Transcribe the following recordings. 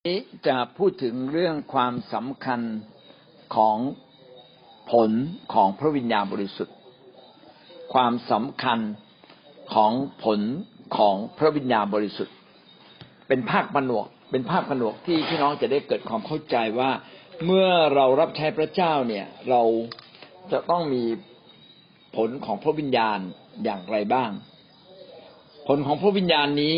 นี้จะพูดถึงเรื่องความสำคัญของผลของพระวิญญาณบริสุทธิ์ความสำคัญของผลของพระวิญญาณบริสุทธิ์เป็นภาคผนวกที่พี่น้องจะได้เกิดความเข้าใจว่าเมื่อเรารับใช้พระเจ้าเนี่ยเราจะต้องมีผลของพระวิญญาณอย่างไรบ้างผลของพระวิญญาณนี้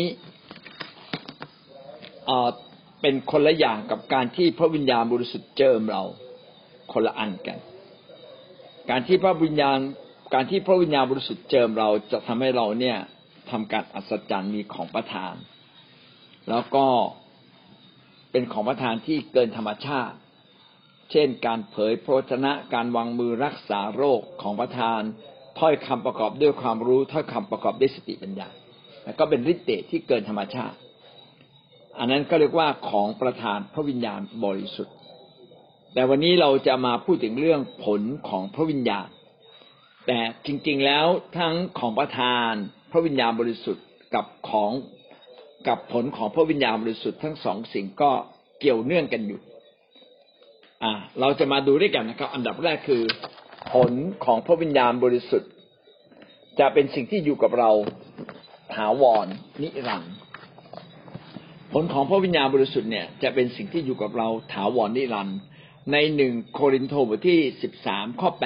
เป็นคนละอย่างกับการที่พระวิญญาณบริสุทธิ์เจิมเราคนละอันกันการที่พระวิญญาณบริสุทธิ์เจิมเราจะทำให้เราเนี่ยทำการอัศจรรย์มีของประทานแล้วก็เป็นของประทานที่เกินธรรมชาติเช่นการเผยพระวจนะการวางมือรักษาโรคของประทานถ้อยคำประกอบด้วยความรู้ถ้อยคำประกอบด้วยสติปัญญาแล้วก็เป็นฤทธิ์เดชที่เกินธรรมชาติอันนั้นก็เรียกว่าของประทานพระวิญญาณบริสุทธิ์แต่วันนี้เราจะมาพูดถึงเรื่องผลของพระวิญญาณแต่จริงๆแล้วทั้งของประทานพระวิญญาณบริสุทธิ์กับผลของพระวิญญาณบริสุทธิ์ทั้งสองสิ่งก็เกี่ยวเนื่องกันอยู่เราจะมาดูด้วยกันนะครับอันดับแรกคือผลของพระวิญญาณบริสุทธิ์จะเป็นสิ่งที่อยู่กับเราถาวรนิรันดร์ผลของพระวิญญาณบริสุทธิ์เนี่ยจะเป็นสิ่งที่อยู่กับเราถาวรนิรันดร์ใน1โครินธ์บทที่13ข้อ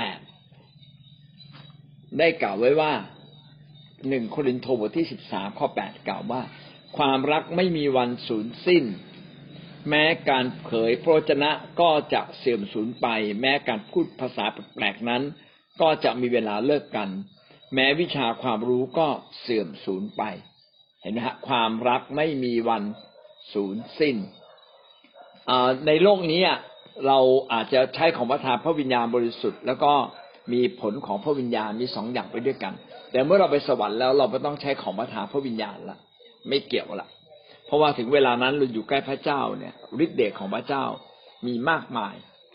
8ได้กล่าวไว้ว่า1โครินธ์บทที่13ข้อ8กล่าวว่าความรักไม่มีวันสูญสิ้นแม้การเผยพระวจนะก็จะเสื่อมสูญไปแม้การพูดภาษาแปลกๆนั้นก็จะมีเวลาเลิกกันแม้วิชาความรู้ก็เสื่อมสูญไปเห็นไหมฮะความรักไม่มีวันสูญสิ้นในโลกนี้เราอาจจะใช้ของประทานพระวิญญาณบริสุทธิ์แล้วก็มีผลของพระวิญญาณมีสองอย่างไปด้วยกันแต่เมื่อเราไปสวรรค์แล้วเราไม่ต้องใช้ของประทานพระวิญญาณละไม่เกี่ยวละเพราะว่าถึงเวลานั้นเราอยู่ใกล้พระเจ้าเนี่ยฤทธิ์เดชของพระเจ้ามีมากมาย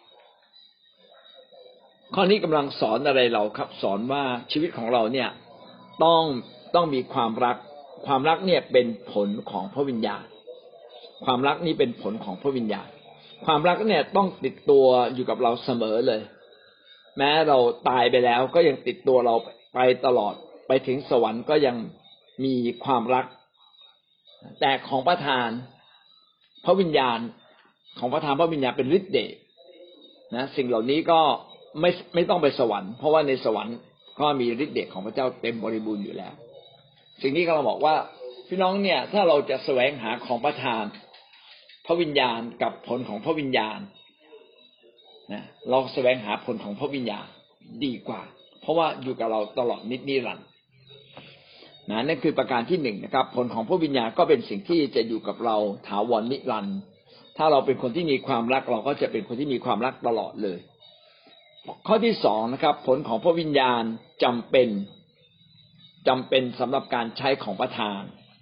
ข้อนี้กำลังสอนอะไรเราครับสอนว่าชีวิตของเราเนี่ยต้องมีความรักเนี่ยเป็นผลของพระวิญญาณความรักนี้เป็นผลของพระวิญญาณความรักเนี่ยต้องติดตัวอยู่กับเราเสมอเลยแม้เราตายไปแล้วก็ยังติดตัวเราไปตลอดไปถึงสวรรค์ก็ยังมีความรักแต่ของประทานพระวิญญาณของประทานพระวิญญาณเป็นฤทธิ์เดชนะสิ่งเหล่านี้ก็ไม่ต้องไปสวรรค์เพราะว่าในสวรรค์ก็มีฤทธิ์เดชของพระเจ้าเต็มบริบูรณ์อยู่แล้วสิ่งนี้ก็เราบอกว่าพี่น้องเนี่ยถ้าเราจะแสวงหาของประทานพระวิญญาณกับผลของพระวิญญาณนะเราแสวงหาผลของพระวิญญาณดีกว่าเพราะว่าอยู่กับเราตลอดนิรันดร์นั่นคือประการที่หนึ่งนะครับผลของพระวิญญาณก็เป็นสิ่งที่จะอยู่กับเราถาวรนิรันดร์ถ้าเราเป็นคนที่มีความรักเราก็จะเป็นคนที่มีความรักตลอดเลยข้อที่สองนะครับผลของพระวิญญาณจำเป็นสำหรับการใช้ของประทาน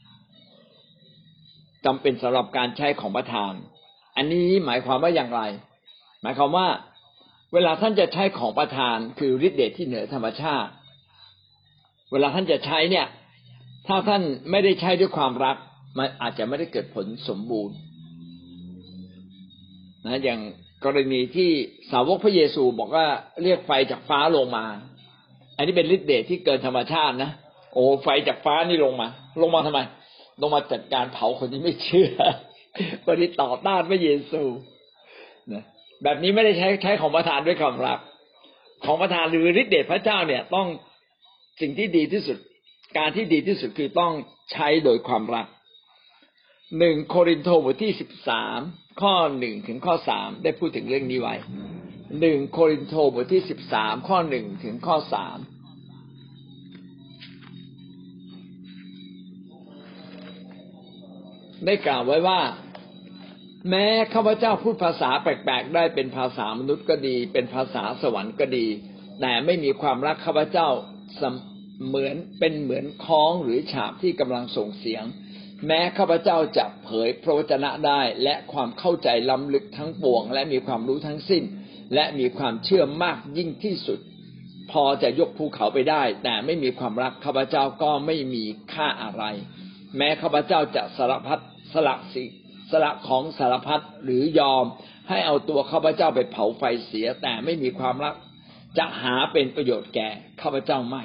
จำเป็นสำหรับการใช้ของประทานอันนี้หมายความว่าอย่างไรหมายความว่าเวลาท่านจะใช้ของประทานคือฤทธิ์เดชที่เหนือธรรมชาติเวลาท่านจะใช้เนี่ยถ้าท่านไม่ได้ใช้ด้วยความรักมันอาจจะไม่ได้เกิดผลสมบูรณ์นะอย่างกรณีที่สาวกพระเยซูบอกว่าเรียกไฟจากฟ้าลงมาอันนี้เป็นฤทธิ์เดชที่เกินธรรมชาตินะโอ้ไฟจากฟ้านี่ลงมาทำไมลงมาจัดการเผาคนที่ไม่เชื่อคนที่ต่อต้านพระเยซูนะแบบนี้ไม่ได้ใช้ของประทานด้วยความรักของประทานหรือฤทธิ์เดชพระเจ้าเนี่ยต้องสิ่งที่ดีที่สุดการที่ดีที่สุดคือต้องใช้โดยความรัก1โครินธ์บทที่13ข้อ1ถึงข้อ3ได้พูดถึงเรื่องนี้ไว้1โครินธ์บทที่13ข้อ1ถึงข้อ3ได้กล่าวไว้ว่าแม้ข้าพเจ้าพูดภาษาแปลกๆได้เป็นภาษามนุษย์ก็ดีเป็นภาษาสวรรค์ก็ดีแต่ไม่มีความรักข้าพเจ้าเหมือนค้องหรือฉาบที่กำลังส่งเสียงแม้ข้าพเจ้าจะเผยพระวจนะได้และความเข้าใจล้ำลึกทั้งปวงและมีความรู้ทั้งสิ้นและมีความเชื่อมากยิ่งที่สุดพอจะยกภูเขาไปได้แต่ไม่มีความรักข้าพเจ้าก็ไม่มีค่าอะไรแม้ข้าพเจ้าจะสละสละของสารพัดหรือยอมให้เอาตัวข้าพเจ้าไปเผาไฟเสียแต่ไม่มีความรักจะหาเป็นประโยชน์แก่ข้าพเจ้าไม่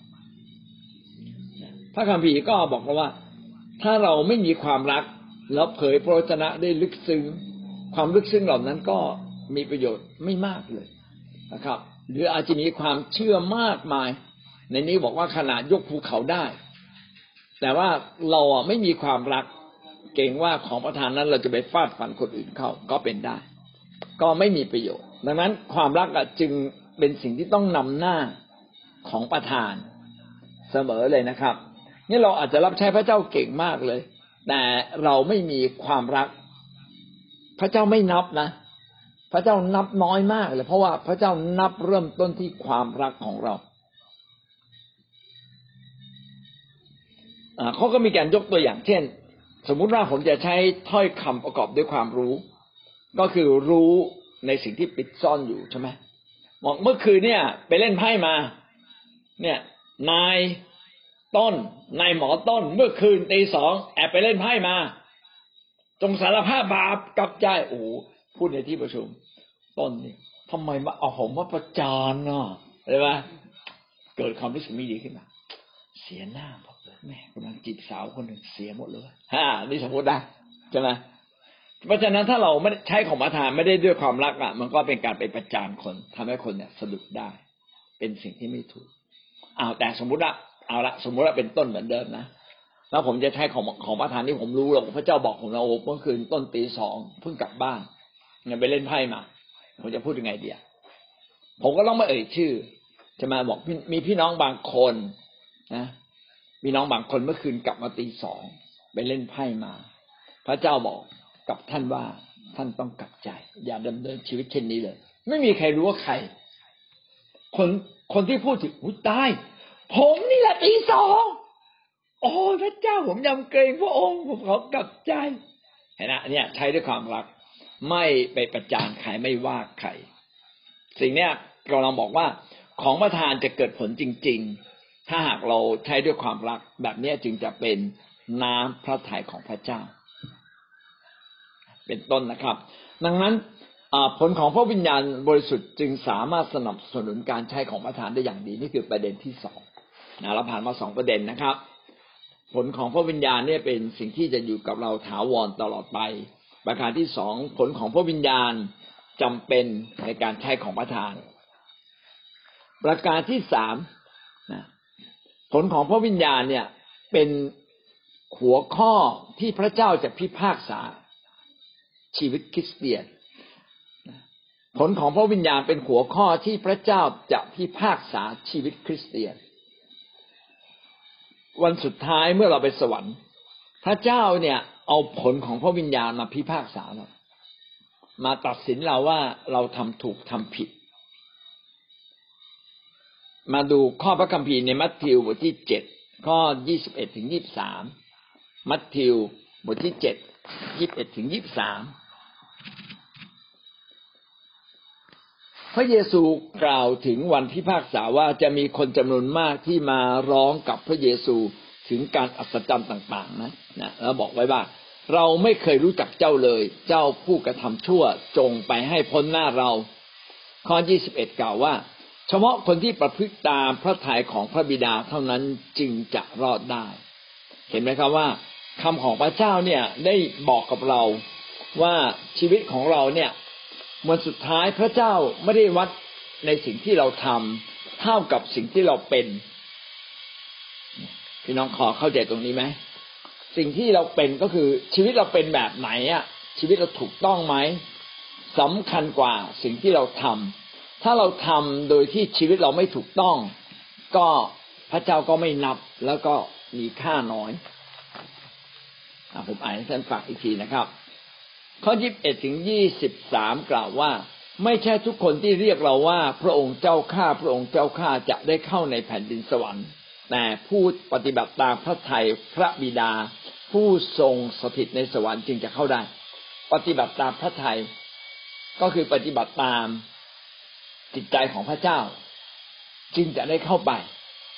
พระคัมภีร์ก็บอกว่าถ้าเราไม่มีความรักแล้วเผยพระวจนะได้ลึกซึ้งความลึกซึ้งเหล่านั้นก็มีประโยชน์ไม่มากเลยนะครับหรืออาจจะมีความเชื่อมากมายในนี้บอกว่าขนาดยกภูเขาได้แต่ว่าเราไม่มีความรักเกรงว่าของประทานนั้นเราจะไปฟาดฟันคนอื่นเข้าก็เป็นได้ก็ไม่มีประโยชน์ดังนั้นความรักจึงเป็นสิ่งที่ต้องนำหน้าของประทานเสมอเลยนะครับนี่เราอาจจะรับใช้พระเจ้าเก่งมากเลยแต่เราไม่มีความรักพระเจ้าไม่นับนะพระเจ้านับน้อยมากเลยเพราะว่าพระเจ้านับเริ่มต้นที่ความรักของเราเขาก็มีการยกตัวอย่างเช่นสมมุติว่าผมจะใช้ถ้อยคำประกอบด้วยความรู้ก็คือรู้ในสิ่งที่ปิดซ่อนอยู่ใช่ไหมบอกเมื่อคืนเนี่ยไปเล่นไพ่มาเนี่ยนายหมอต้นเมื่อคืนตี 2แอบไปเล่นไพ่มาจงสารภาพบาปกลับใจโอ้พูดในที่ประชุมต้นนี่ทำไมมาเอาผมมาประจานเนาะใช่ไหมเกิดความรู้สึกไม่ดีขึ้นมาเสียหน้าบอกเลยแม่กำลังจีบสาวคนหนึ่งเสียหมดเลยนี่สมมติได้ใช่ไหมเพราะฉะนั้นถ้าเราไม่ใช้ของประทานไม่ได้ด้วยความรักมันก็เป็นการไปประจานคนทำให้คนเนี่ยสะดุดได้เป็นสิ่งที่ไม่ถูกแต่สมมุติว่าสมมุติว่าเป็นต้นเหมือนเดิมนะแล้วผมจะใช้ของประทานที่ผมรู้หรอกพระเจ้าบอกผมแล้วเมื่อคืนต้นตี 2เพิ่งกลับบ้านเนี่ยไปเล่นไพ่มาผมจะพูดยังไงดีผมก็ต้องไม่เอ่ยชื่อจะมาบอกมีพี่น้องบางคนนะมีน้องบางคนเมื่อคืนกลับมาตี 2ไปเล่นไพ่มาพระเจ้าบอกกับท่านว่าท่านต้องกลับใจอย่าดำเนินชีวิตเช่นนี้เลยไม่มีใครรู้ว่าใครคนที่พูดถึงตายผมนี่แหละตี 2โอ้พระเจ้าผมยำเกรงพระองค์ผมขอกลับใจเห็นไหมเนี่ยใช้ด้วยความรักไม่ไปประจานใครไม่ว่าใครสิ่งเนี้ยเราลองบอกว่าของประทานจะเกิดผลจริงๆถ้าหากเราใช้ด้วยความรักแบบนี้จึงจะเป็นน้ำพระทัยของพระเจ้าเป็นต้นนะครับดังนั้นผลของพระวิญญาณบริสุทธิ์จึงสามารถสนับสนุนการใช้ของประทานได้อย่างดีนี่คือประเด็นที่2เราผ่านมา2ประเด็นนะครับผลของพระวิญญาณเนี่ยเป็นสิ่งที่จะอยู่กับเราถาวรตลอดไปประการที่2ผลของพระวิญญาณจำเป็นในการใช้ของประทานประการที่3ผลของพระวิญญาณเนี่ยเป็นหัวข้อที่พระเจ้าจะพิพากษาชีวิตคริสเตียนผลของพระวิญญาณเป็นหัวข้อที่พระเจ้าจะพิพากษาชีวิตคริสเตียนวันสุดท้ายเมื่อเราไปสวรรค์พระเจ้าเนี่ยเอาผลของพระวิญญาณมาพิพากษาเรามาตัดสินเราว่าเราทำถูกทำผิดมาดูข้อพระคัมภีร์ในมัทธิวบทที่7ข้อ21ถึง23มัทธิวบทที่7 21ถึง23พระเยซูกล่าวถึงวันพิพากษาว่าจะมีคนจำนวนมากที่มาร้องกับพระเยซูถึงการอัศจรรย์ต่างๆนะแล้วบอกไว้ว่าเราไม่เคยรู้จักเจ้าเลยเจ้าผู้กระทำชั่วจงไปให้พ้นหน้าเราข้อ21กล่าวว่าเฉพาะคนที่ประพฤติตามพระทัยของพระบิดาเท่านั้นจึงจะรอดได้เห็นไหมครับว่าคำของพระเจ้าเนี่ยได้บอกกับเราว่าชีวิตของเราเนี่ยวันสุดท้ายพระเจ้าไม่ได้วัดในสิ่งที่เราทำเท่ากับสิ่งที่เราเป็นพี่น้องขอเข้าใจตรงนี้ไหมสิ่งที่เราเป็นก็คือชีวิตเราเป็นแบบไหนชีวิตเราถูกต้องไหมสำคัญกว่าสิ่งที่เราทำถ้าเราทำโดยที่ชีวิตเราไม่ถูกต้องก็พระเจ้าก็ไม่นับแล้วก็มีค่าน้อยผมอ่านให้ท่านฟังอีกทีนะครับข้อ21ถึง23กล่าวว่าไม่ใช่ทุกคนที่เรียกเราว่าพระองค์เจ้าข้าพระองค์เจ้าข้าจะได้เข้าในแผ่นดินสวรรค์แต่ผู้ปฏิบัติตามพระทัยพระบิดาผู้ทรงสถิตในสวรรค์จึงจะเข้าได้ปฏิบัติตามพระทัยก็คือปฏิบัติตามจิตใจของพระเจ้าจึงจะได้เข้าไป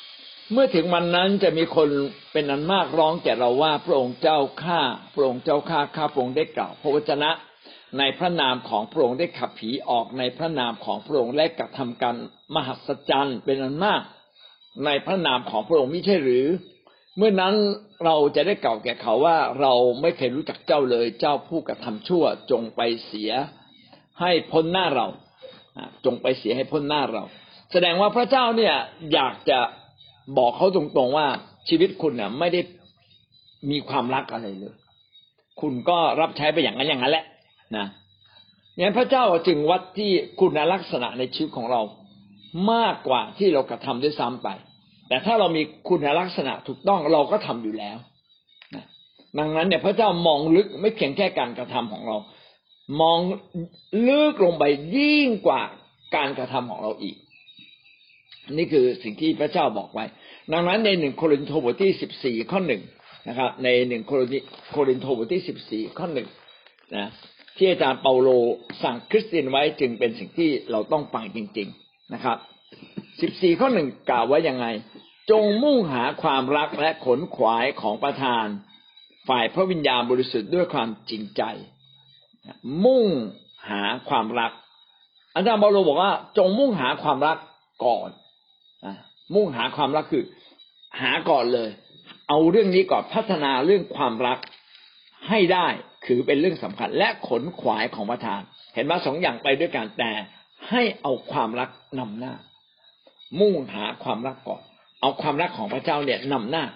เมื่อถึงวันนั้นจะมีคนเป็นอันมากร้องแก่เราว่าพระองค์เจ้าข้าพระองค์เจ้าข้าพระองค์ได้กล่าวพระวจนะในพระนามของพระองค์ได้ขับผีออกในพระนามของพระองค์และกระทำการมหัศจรรย์เป็นอันมากในพระนามของพระองค์มิใช่หรือเมื่อนั้นเราจะได้กล่าวแก่เขาว่าเราไม่เคยรู้จักเจ้าเลยเจ้าผู้กระทำชั่วจงไปเสียให้พ้นหน้าเราจงไปเสียให้พ้นหน้าเราแสดงว่าพระเจ้าเนี่ยอยากจะบอกเขาตรงๆว่าชีวิตคุณเนี่ยไม่ได้มีความรักอะไรเลยคุณก็รับใช้ไปอย่างนั้นแหละนะงั้นพระเจ้าจึงวัดที่คุณลักษณะในชีวิตของเรามากกว่าที่เรากระทำด้วยซ้ำไปแต่ถ้าเรามีคุณลักษณะถูกต้องเราก็ทำอยู่แล้วนะดังนั้นเนี่ยพระเจ้ามองลึกไม่เพียงแค่การกระทำของเรามองลึกลงไปยิ่งกว่าการกระทำของเราอีกนี่คือสิ่งที่พระเจ้าบอกไว้ดังนั้นใน1 โครินธ์บทที่14ข้อ1นะครับใน1 โครินธ์บทที่14ข้อ1นะที่อาจารย์เปาโลสั่งคริสเตียนไว้จึงเป็นสิ่งที่เราต้องฟังจริงๆนะครับ14ข้อ1กล่าวไว้ยังไงจงมุ่งหาความรักและขนขวายของประทานฝ่ายพระวิญญาณบริสุทธิ์ด้วยความจริงใจมุ่งหาความรักอาจารย์เปาโลบอกว่าจงมุ่งหาความรักก่อนมุ่งหาความรักคือหาก่อนเลยเอาเรื่องนี้ก่อนพัฒนาเรื่องความรักให้ได้คือเป็นเรื่องสำคัญและขนขวายของประทานเห็นว่า2อย่างไปด้วยกันแต่ให้เอาความรักนำหน้ามุ่งหาความรักก่อนเอาความรักของพระเจ้าเนี่ยนำหน้า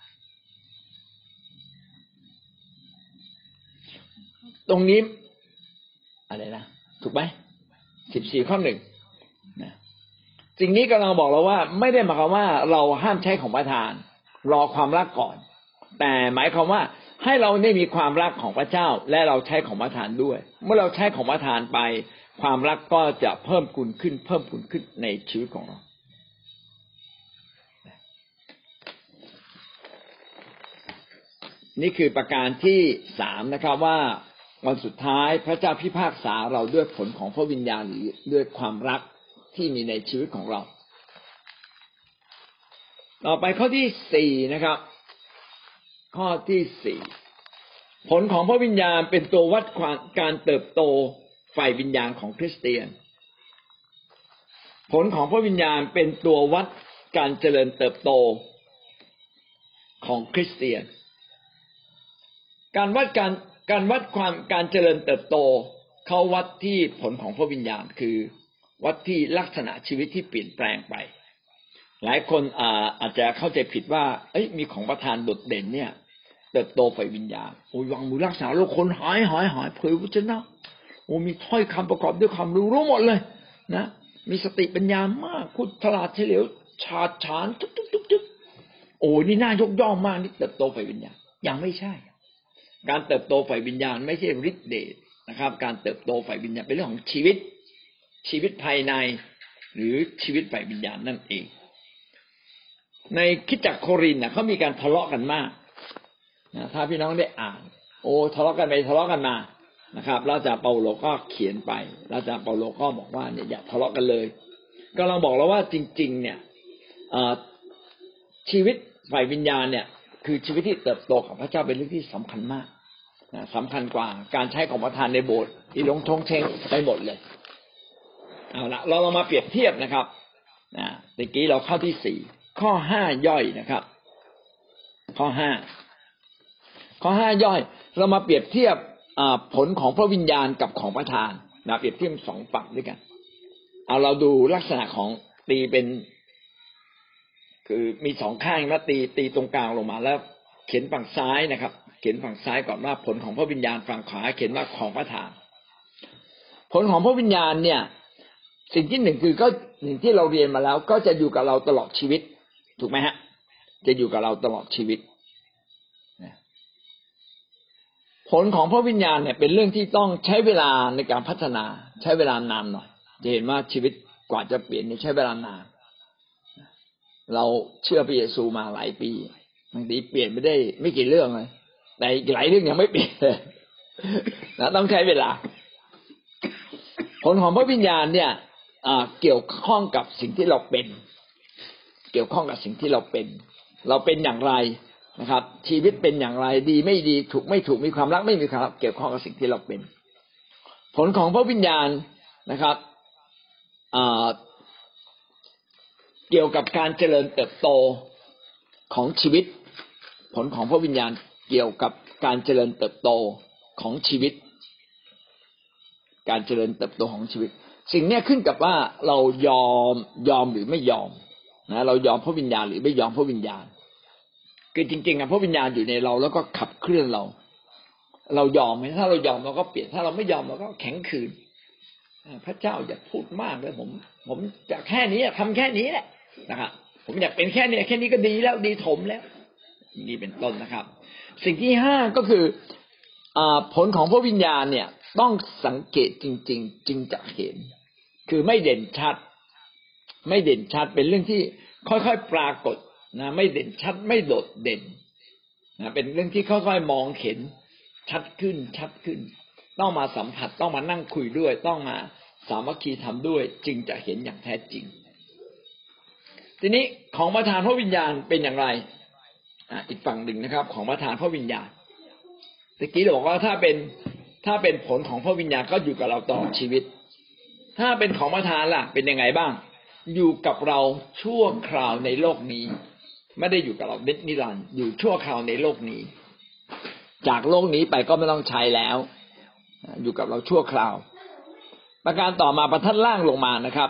ตรงนี้อะไรนะถูกไหม14ข้อ1นะสิ่งนี้กำลังบอกเราว่าไม่ได้หมายความว่าเราห้ามใช้ของประทานรอความรักก่อนแต่หมายความว่าให้เราได้มีความรักของพระเจ้าและเราใช้ของประทานด้วยเมื่อเราใช้ของประทานไปความรักก็จะเพิ่มพูนขึ้นในชีวิตของเรานี่คือประการที่3นะครับว่าวันสุดท้ายพระเจ้าพิพากษาเราด้วยผลของพระวิญญาณหรือด้วยความรักที่มีในชีวิตของเราต่อไปข้อที่4นะครับข้อที่4ผลของพระวิญญาณเป็นตัววัดการเติบโตฝ่ายวิญญาณของคริสเตียนผลของพระวิญญาณเป็นตัววัดการเจริญเติบโตของคริสเตียนการวัดการเจริญเติบโตเขาวัดที่ผลของพระวิญญาณคือวัดที่ลักษณะชีวิตที่เปลี่ยนแปลงไปหลายคนอาจจะเข้าใจผิดว่ามีของประทานโดดเด่นเนี่ยเติบโตฝ่ายวิญญาณวางมือรักษาโรคคนหายเผยพระวจนะมีถ้อยคำประกอบด้วยความรู้หมดเลยนะมีสติปัญญามากพูดฉลาดเฉลียวฉาดฉานจุ๊กนี่น่ายกย่องมากนี่เติบโตฝ่ายวิญญาณยังไม่ใช่การเติบโตฝ่ายวิญญาณไม่ใช่ฤทธิ์เดชนะครับการเติบโตฝ่ายวิญญาณเป็นเรื่องของชีวิตภายในหรือชีวิตฝ่ายวิญญาณนั่นเองในคริสตจักรโครินธ์เขามีการทะเลาะกันมากนะถ้าพี่น้องได้อ่านทะเลาะกันไปทะเลาะกันมานะครับแล้วอาจารย์เปาโลก็เขียนไปแล้วอาจารย์เปาโลก็บอกว่าเนี่ยอย่าทะเลาะกันเลยกำลังบอกเราว่าจริงๆเนี่ยชีวิตฝ่ายวิญญาณเนี่ยคือชีวิตที่เติบโตของพระเจ้าเป็นเรื่องที่สำคัญมากนะสำคัญกว่าการใช้ของประทานในโบสถ์ที่ลงทงเชงไปหมดเลยเอาละเรามาเปรียบเทียบนะครับเมื่อกี้เราเข้าที่4ข้อ5ย่อยนะครับข้อ5ย่อยเรามาเปรียบเทียบผลของพระวิญญาณกับของประทานนะเปรียบเทียบ2ฝั่งด้วยกันเอาเราดูลักษณะของตีเป็นคือมี2ข้างนะตีตรงกลางลงมาแล้วเขียนฝั่งซ้ายนะครับเขียนฝั่งซ้ายก่อนว่าผลของพระวิญญาณฝั่งขวาเขียนว่าของประทานผลของพระวิญญาณเนี่ยสิ่งที่1คือก็สิ่งที่เราเรียนมาแล้วก็จะอยู่กับเราตลอดชีวิตถูกไหมฮะจะอยู่กับเราตลอดชีวิตผลของพระวิญญาณเนี่ยเป็นเรื่องที่ต้องใช้เวลาในการพัฒนาใช้เวลานานหน่อยจะเห็นว่าชีวิตกว่าจะเปลี่ยนใช้เวลานานเราเชื่อพระเยซูมาหลายปีบางทีเปลี่ยนไม่ได้ไม่กี่เรื่องเลยแต่หลายเรื่องยังไม่เปลี่ยนนะต้องใช้เวลาผลของพระวิญญาณเนี่ยเกี่ยวข้องกับสิ่งที่เราเป็นเกี่ยวข้องกับสิ่งที่เราเป็นอย่างไรนะครับชีวิตเป็นอย่างไรดีไม่ดีถูกไม่ถูกมีความรักไม่มีความรักเกี่ยวข้องกับสิ่งที่เราเป็นผลของพระวิญญาณนะครับเกี่ยวกับการเจริญเติบโตของชีวิตผลของพระวิญญาณเกี่ยวกับการเจริญเติบโตของชีวิตการเจริญเติบโตของชีวิตสิ่งนี้ขึ้นกับว่าเรายอมหรือไม่ยอมนะเรายอมพระวิญญาณหรือไม่ยอมพระวิญญาณคือจริงๆพระวิญญาณอยู่ในเราแล้วก็ขับเคลื่อนเรายอมไหมถ้าเรายอมเราก็เปลี่ยนถ้าเราไม่ยอมเราก็แข็งขืนพระเจ้าอย่าพูดมากเลยผมจะแค่นี้ทำแค่นี้แหละนะครับผมอยากเป็นแค่นี้ก็ดีแล้วดีถมแล้วนี่เป็นต้นนะครับสิ่งที่5ก็คือผลของพระวิญญาณเนี่ยต้องสังเกตจริงๆจึงจะเห็นคือไม่เด่นชัดเป็นเรื่องที่ค่อยๆปรากฏนะไม่เด่นชัดไม่โดดเด่นนะเป็นเรื่องที่ค่อยๆมองเห็นชัดขึ้นต้องมาสัมผัสต้องมานั่งคุยด้วยต้องมาสามัคคีทำด้วยจึงจะเห็นอย่างแท้จริงทีนี้ของประทานพระวิญญาณเป็นอย่างไรอีกฝั่งหนึ่งนะครับของประทานพระวิญญาณตะกี้เราบอกว่าถ้าเป็นผลของพระวิญญาณก็อยู่กับเราตลอดชีวิตถ้าเป็นของประทานล่ะเป็นยังไงบ้างอยู่กับเราชั่วคราวในโลกนี้ไม่ได้อยู่กับเรานิรันดร์อยู่ชั่วคราวในโลกนี้จากโลกนี้ไปก็ไม่ต้องใช้แล้วอยู่กับเราชั่วคราวประการต่อมาบรรทัดล่างลงมานะครับ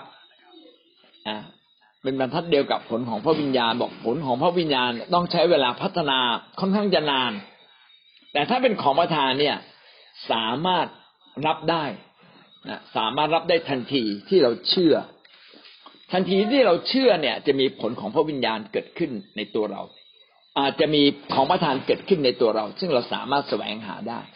เป็นบรรทัดเดียวกับผลของพระวิญญาณบอกผลของพระวิญญาณต้องใช้เวลาพัฒนาค่อนข้างจะนานแต่ถ้าเป็นของประทานเนี่ยสามารถรับได้สามารถรับได้ทันทีที่เราเชื่อทันทีที่เราเชื่อเนี่ยจะมีผลของพระวิญญาณเกิดขึ้นในตัวเราอาจจะมีของประทานเกิดขึ้นในตัวเราซึ่งเราสามารถแสวงหาได้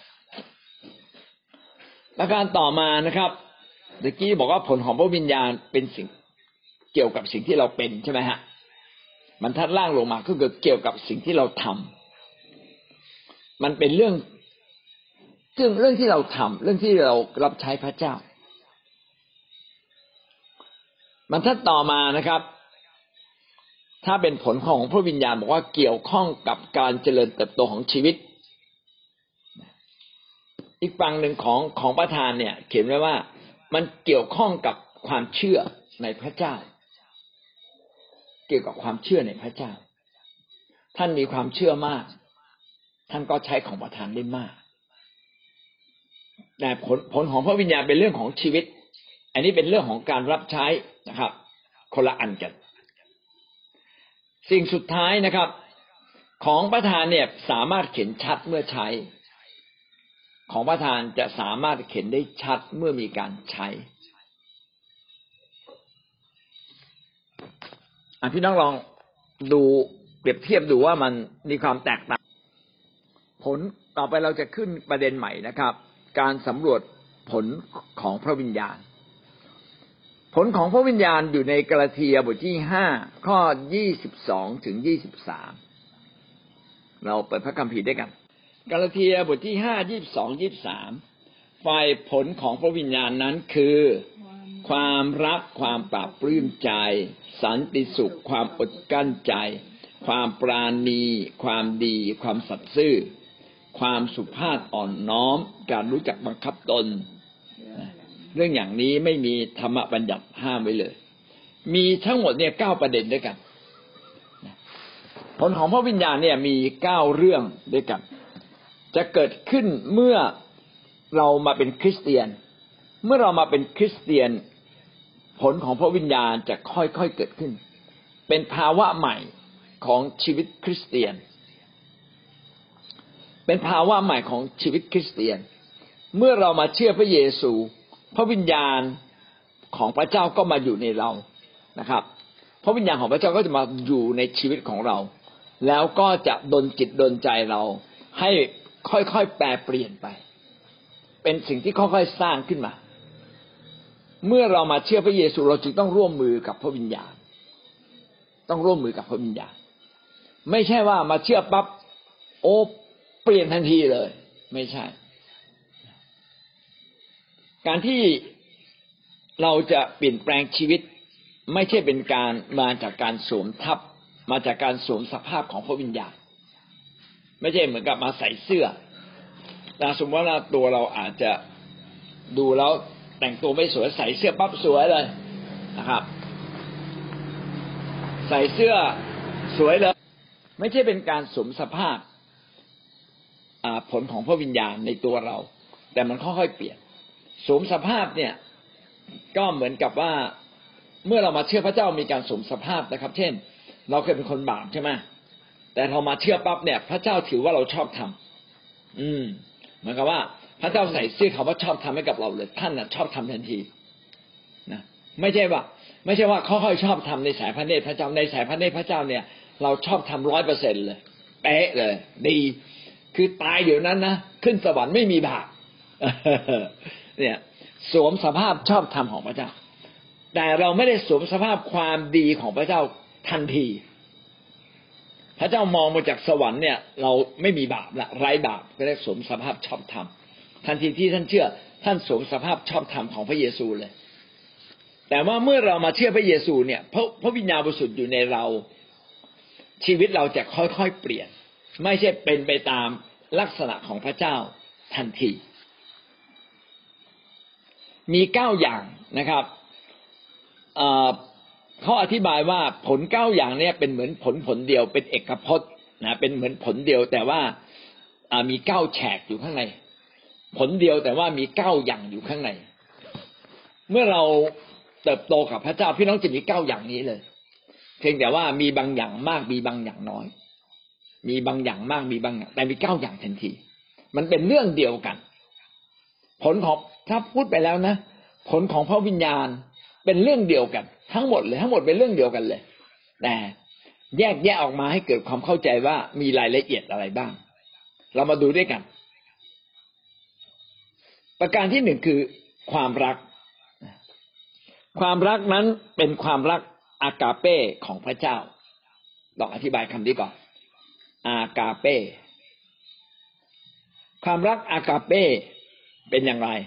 ประการต่อมานะครับเมื่อกี้บอกว่าผลของพระวิญญาณเป็นสิ่งเกี่ยวกับสิ่งที่เราเป็นใช่ไหมฮะบรรทัดล่างลงมาก็คือเกี่ยวกับสิ่งที่เราทำมันเป็นเรื่องที่เราทำเรื่องที่เรารับใช้พระเจ้าบรรทัดต่อมานะครับถ้าเป็นผลของพระวิญญาณบอกว่าเกี่ยวข้องกับการเจริญเติบโตของชีวิตอีกฝั่งหนึ่งของประธานเนี่ยเขียนไว้ว่ามันเกี่ยวข้องกับความเชื่อในพระเจ้าเกี่ยวกับความเชื่อในพระเจ้าท่านมีความเชื่อมากท่านก็ใช้ของประธานได้มากแต่ผลของพระวิญญาณเป็นเรื่องของชีวิตอันนี้เป็นเรื่องของการรับใช้นะครับคนละอันกันสิ่งสุดท้ายนะครับของประธานเนี่ยสามารถเข็นชัดเมื่อใช้ของประธานจะสามารถเข็นได้ชัดเมื่อมีการใช้พี่น้องลองดูเปรียบเทียบดูว่ามันมีความแตกต่างผลต่อไปเราจะขึ้นประเด็นใหม่นะครับการสำรวจผลของพระวิญญาณผลของพระวิญญาณอยู่ในกาลาเทียบทที่5ข้อ22ถึง23เราเปิดพระคัมภีร์ด้วยกันกาลาเทียบทที่5 22-23ฝ่ายผลของพระวิญญาณนั้นคือความรักความปราบปลื้มใจสันติสุขความอดกลั้นใจความปราณีความดีความสัตย์ซื่อความสุภาพอ่อนน้อมการรู้จักบังคับตนเรื่องอย่างนี้ไม่มีธรรมบัญญัติห้ามไว้เลยมีทั้งหมดเนี่ย9ประเด็นด้วยกันผลของพระวิญญาณเนี่ยมี9เรื่องด้วยกันจะเกิดขึ้นเมื่อเรามาเป็นคริสเตียนเมื่อเรามาเป็นคริสเตียนผลของพระวิญญาณจะค่อยๆเกิดขึ้นเป็นภาวะใหม่ของชีวิตคริสเตียนเป็นภาวะใหม่ของชีวิตคริสเตียนเมื่อเรามาเชื่อพระเยซูพระวิญญาณของพระเจ้าก็มาอยู่ในเรานะครับพระวิญญาณของพระเจ้าก็จะมาอยู่ในชีวิตของเราแล้วก็จะดลจิตดลใจเราให้ค่อยๆแปรเปลี่ยนไปเป็นสิ่งที่ค่อยๆสร้างขึ้นมาเมื่อเรามาเชื่อพระเยซูเราจึงต้องร่วมมือกับพระวิญญาณต้องร่วมมือกับพระวิญญาณไม่ใช่ว่ามาเชื่อปั๊บโอ้เปลี่ยนทันทีเลยไม่ใช่การที่เราจะเปลี่ยนแปลงชีวิตไม่ใช่เป็นการมาจากการสวมทับมาจากการสวมสภาพของพระวิญญาณไม่ใช่เหมือนกับมาใส่เสื้อแต่สมมติว่าตัวเราอาจจะดูแล้วแต่งตัวไม่สวยใส่เสื้อปั๊บสวยเลยนะครับใส่เสื้อสวยเลยไม่ใช่เป็นการสวมสภาพผลของพระวิญญาณในตัวเราแต่มันค่อยๆเปลี่ยนสวมสภาพเนี่ยก็เหมือนกับว่าเมื่อเรามาเชื่อพระเจ้ามีการสวมสภาพนะครับเช่นเราเคยเป็นคนบาปใช่ไหมแต่พอมาเชื่อปั๊บเนี่ยพระเจ้าถือว่าเราชอบทำเหมือนกับว่าพระเจ้าใส่เสื้อคำว่าชอบทำให้กับเราเลยท่านชอบทำทันทีนะไม่ใช่ว่าค่อยๆชอบทำในสายพระเนตรพระเจ้าในสายพระเนตรพระเจ้าเนี่ยเราชอบทำ 100% เลยเป๊ะเลยดีคือตายเดี๋ยวนั้นนะขึ้นสวรรค์ไม่มีบาปเนี่ยสวมสภาพชอบธรรมของพระเจ้าแต่เราไม่ได้สวมสภาพความดีของพระเจ้าทันทีพระเจ้ามองมาจากสวรรค์เนี่ยเราไม่มีบาปละไร้บาปก็ได้สวมสภาพชอบธรรมทันทีที่ท่านเชื่อท่านสวมสภาพชอบธรรมของพระเยซูเลยแต่ว่าเมื่อเรามาเชื่อพระเยซูเนี่ยพระวิญญาณบริสุทธิ์อยู่ในเราชีวิตเราจะค่อยๆเปลี่ยนไม่ใช่เป็นไปตามลักษณะของพระเจ้าทันทีมี9อย่างนะครับเขาอธิบายว่าผล9อย่างเนี่ยเป็นเหมือนผลเดียวเป็นเอกพจน์นะเป็นเหมือนผลเดียวแต่ว่ามี9แฉกอยู่ข้างในผลเดียวแต่ว่ามี9อย่างอยู่ข้างในเมื่อเราเติบโตกับพระเจ้าพี่น้องจะมี9อย่างนี้เลยเพียงแต่ว่ามีบางอย่างมากมีบางอย่างน้อยมีบางอย่างมากมีบางอย่างแต่มี9อย่างทันทีมันเป็นเรื่องเดียวกันผลของถ้าพูดไปแล้วนะผลของพระวิญญาณเป็นเรื่องเดียวกันทั้งหมดเลยทั้งหมดเป็นเรื่องเดียวกันเลยแต่แยกแยะออกมาให้เกิดความเข้าใจว่ามีรายละเอียดอะไรบ้างเรามาดูด้วยกันประการที่1คือความรักความรักนั้นเป็นความรักอากาเป้ของพระเจ้าลองอธิบายคำนี้ก่อนอากาเป้ความรักอากาเป้เป็นอย่างไร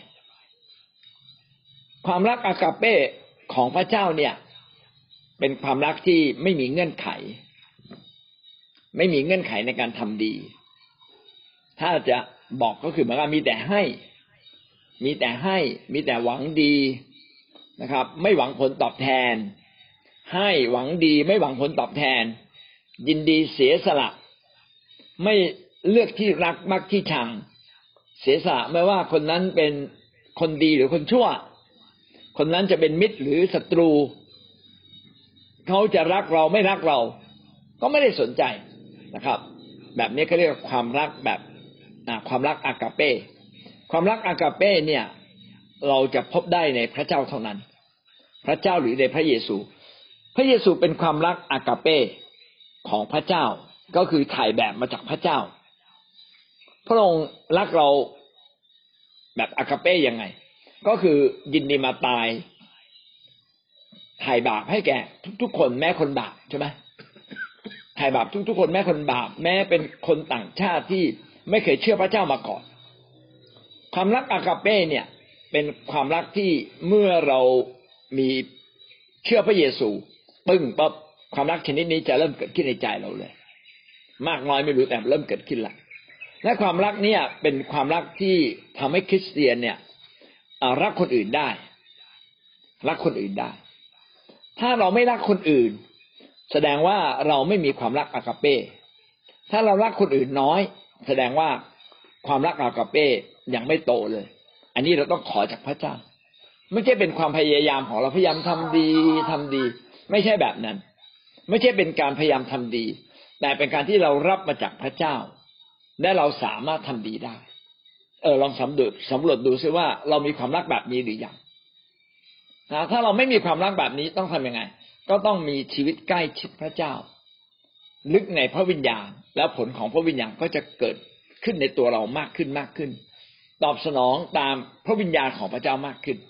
ความรักอากาเป้ของพระเจ้าเนี่ยเป็นความรักที่ไม่มีเงื่อนไขไม่มีเงื่อนไขในการทำดีถ้าจะบอกก็คือเหมือนกับมีแต่ให้มีแต่หวังดีนะครับไม่หวังผลตอบแทนให้หวังดีไม่หวังผลตอบแทนยินดีเสียสละไม่เลือกที่รักมักที่ชังเสียสละไม่ว่าคนนั้นเป็นคนดีหรือคนชั่วคนนั้นจะเป็นมิตรหรือศัตรูเขาจะรักเราไม่รักเราก็ไม่ได้สนใจนะครับแบบนี้เขาเรียกว่าความรักแบบความรักอากาเป้ความรักอากาเป้เนี่ยเราจะพบได้ในพระเจ้าเท่านั้นพระเจ้าหรือในพระเยซูพระเยซูเป็นความรักอากาเป้ของพระเจ้าก็คือถ่ายแบบมาจากพระเจ้าพระองค์รักเราแบบอากาเป้ยังไงก็คือยินดีมาตายถ่ายบาปให้แก่ทุกๆคนแม้คนบาปใช่ไหมถ่ายบาปทุกๆคนแม้คนบาปแม้เป็นคนต่างชาติที่ไม่เคยเชื่อพระเจ้ามาก่อนความรักอากาเป้เนี่ยเป็นความรักที่เมื่อเรามีเชื่อพระเยซูปึ้งปั๊บความรักชนิดนี้จะเริ่มเกิดขึ้นในใจเราเลยมากน้อยไม่รู้แต่เริ่มเกิดขึ้นละและความรักเนี่ยเป็นความรักที่ทำให้คริสเตียนเนี่ยรักคนอื่นได้รักคนอื่นได้ถ้าเราไม่รักคนอื่นแสดงว่าเราไม่มีความรักอากาเป้ถ้าเรารักคนอื่นน้อยแสดงว่าความรักอากาเป้ยังไม่โตเลยอันนี้เราต้องขอจากพระเจ้าไม่ใช่เป็นความพยายามของเราพยายามทำดีไม่ใช่แบบนั้นไม่ใช่เป็นการพยายามทำดีแต่เป็นการที่เรารับมาจากพระเจ้าและเราสามารถทำดีได้ลองสำรวจดูซิว่าเรามีความรักแบบนี้หรือยังถ้าเราไม่มีความรักแบบนี้ต้องทำยังไงก็ต้องมีชีวิตใกล้ชิดพระเจ้าลึกในพระวิญญาณแล้วผลของพระวิญญาณก็จะเกิดขึ้นในตัวเรามากขึ้นตอบสนองตามพระวิญญาณของพระเจ้ามากขึ้น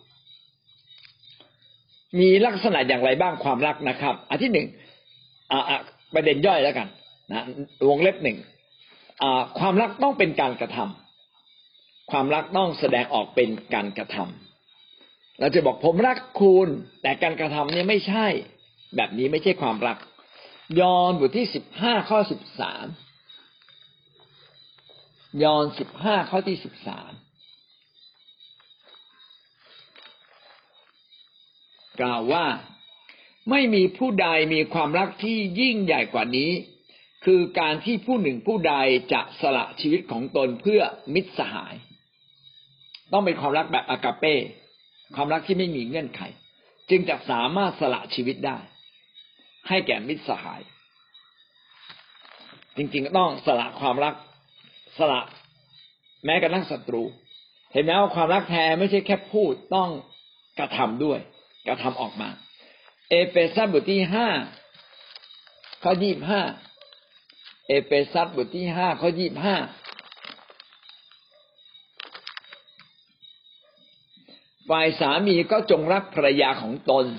มีลักษณะอย่างไรบ้างความรักนะครับอันที่1ประเด็นย่อยแล้วกันนะวงเล็บ1ความรักต้องเป็นการกระทำความรักต้องแสดงออกเป็นการกระทเราจะบอกผมรักคุณแต่การกระทำเนี่ยไม่ใช่แบบนี้ไม่ใช่ความรักยอห์นบทที่15ข้อ13ยอห์น15ข้อที่13กล่าวว่าไม่มีผู้ใดมีความรักที่ยิ่งใหญ่กว่านี้คือการที่ผู้หนึ่งผู้ใดจะสละชีวิตของตนเพื่อมิตรสหายต้องเป็นความรักแบบอากาเป้ความรักที่ไม่มีเงื่อนไขจึงจะสามารถสละชีวิตได้ให้แก่มิตรสหายจริงๆก็ต้องสละความรักสละแม้กระทั่งศัตรูเห็นไหมว่าความรักแท้ไม่ใช่แค่พูดต้องกระทำด้วยกระทำออกมาเอเฟซัสบทที่5ข้อ25เอเฟซัสบทที่5ข้อ25ฝ่ายสามีก็จงรักภรรยาของตน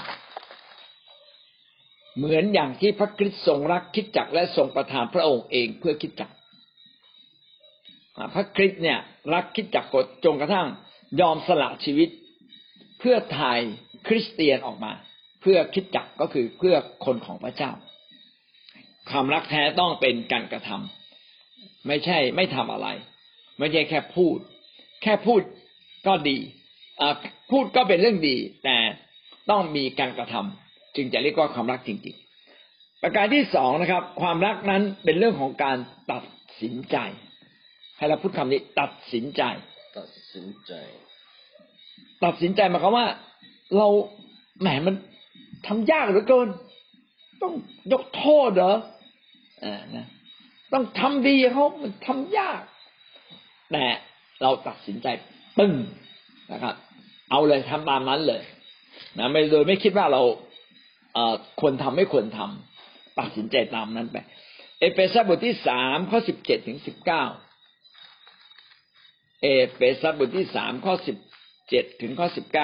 เหมือนอย่างที่พระคริสต์ทรงรักคริสตจักรและทรงประทานพระองค์เองเพื่อคริสตจักรพระคริสต์เนี่ยรักคริสตจักรจนกระทั่งยอมสละชีวิตเพื่อถ่ายคริสเตียนออกมาเพื่อคริสตจักรก็คือเพื่อคนของพระเจ้าความรักแท้ต้องเป็นการกระทำไม่ใช่ไม่ทำอะไรไม่ใช่แค่พูดก็ดีพูดก็เป็นเรื่องดีแต่ต้องมีการกระทำจึงจะเรียกว่าความรักจริงๆประการที่สองนะครับความรักนั้นเป็นเรื่องของการตัดสินใจให้เราพูดคำนี้ตัดสินใจหมายความว่าเราแหมมันทำยากเหลือเกินต้องยกโทษเหรอนะต้องทำดีเขาทำยากแต่เราตัดสินใจปึ้งนะครับเอาเลยทำตามนั้นเลยนะไม่โดยไม่คิดว่าเราควรทำไม่ควรทำตัดสินใจตามนั้นไปเอเฟซัสบทที่3ข้อ17ถึง19เอเฟซัสบทที่3ข้อ17ถึงข้อ19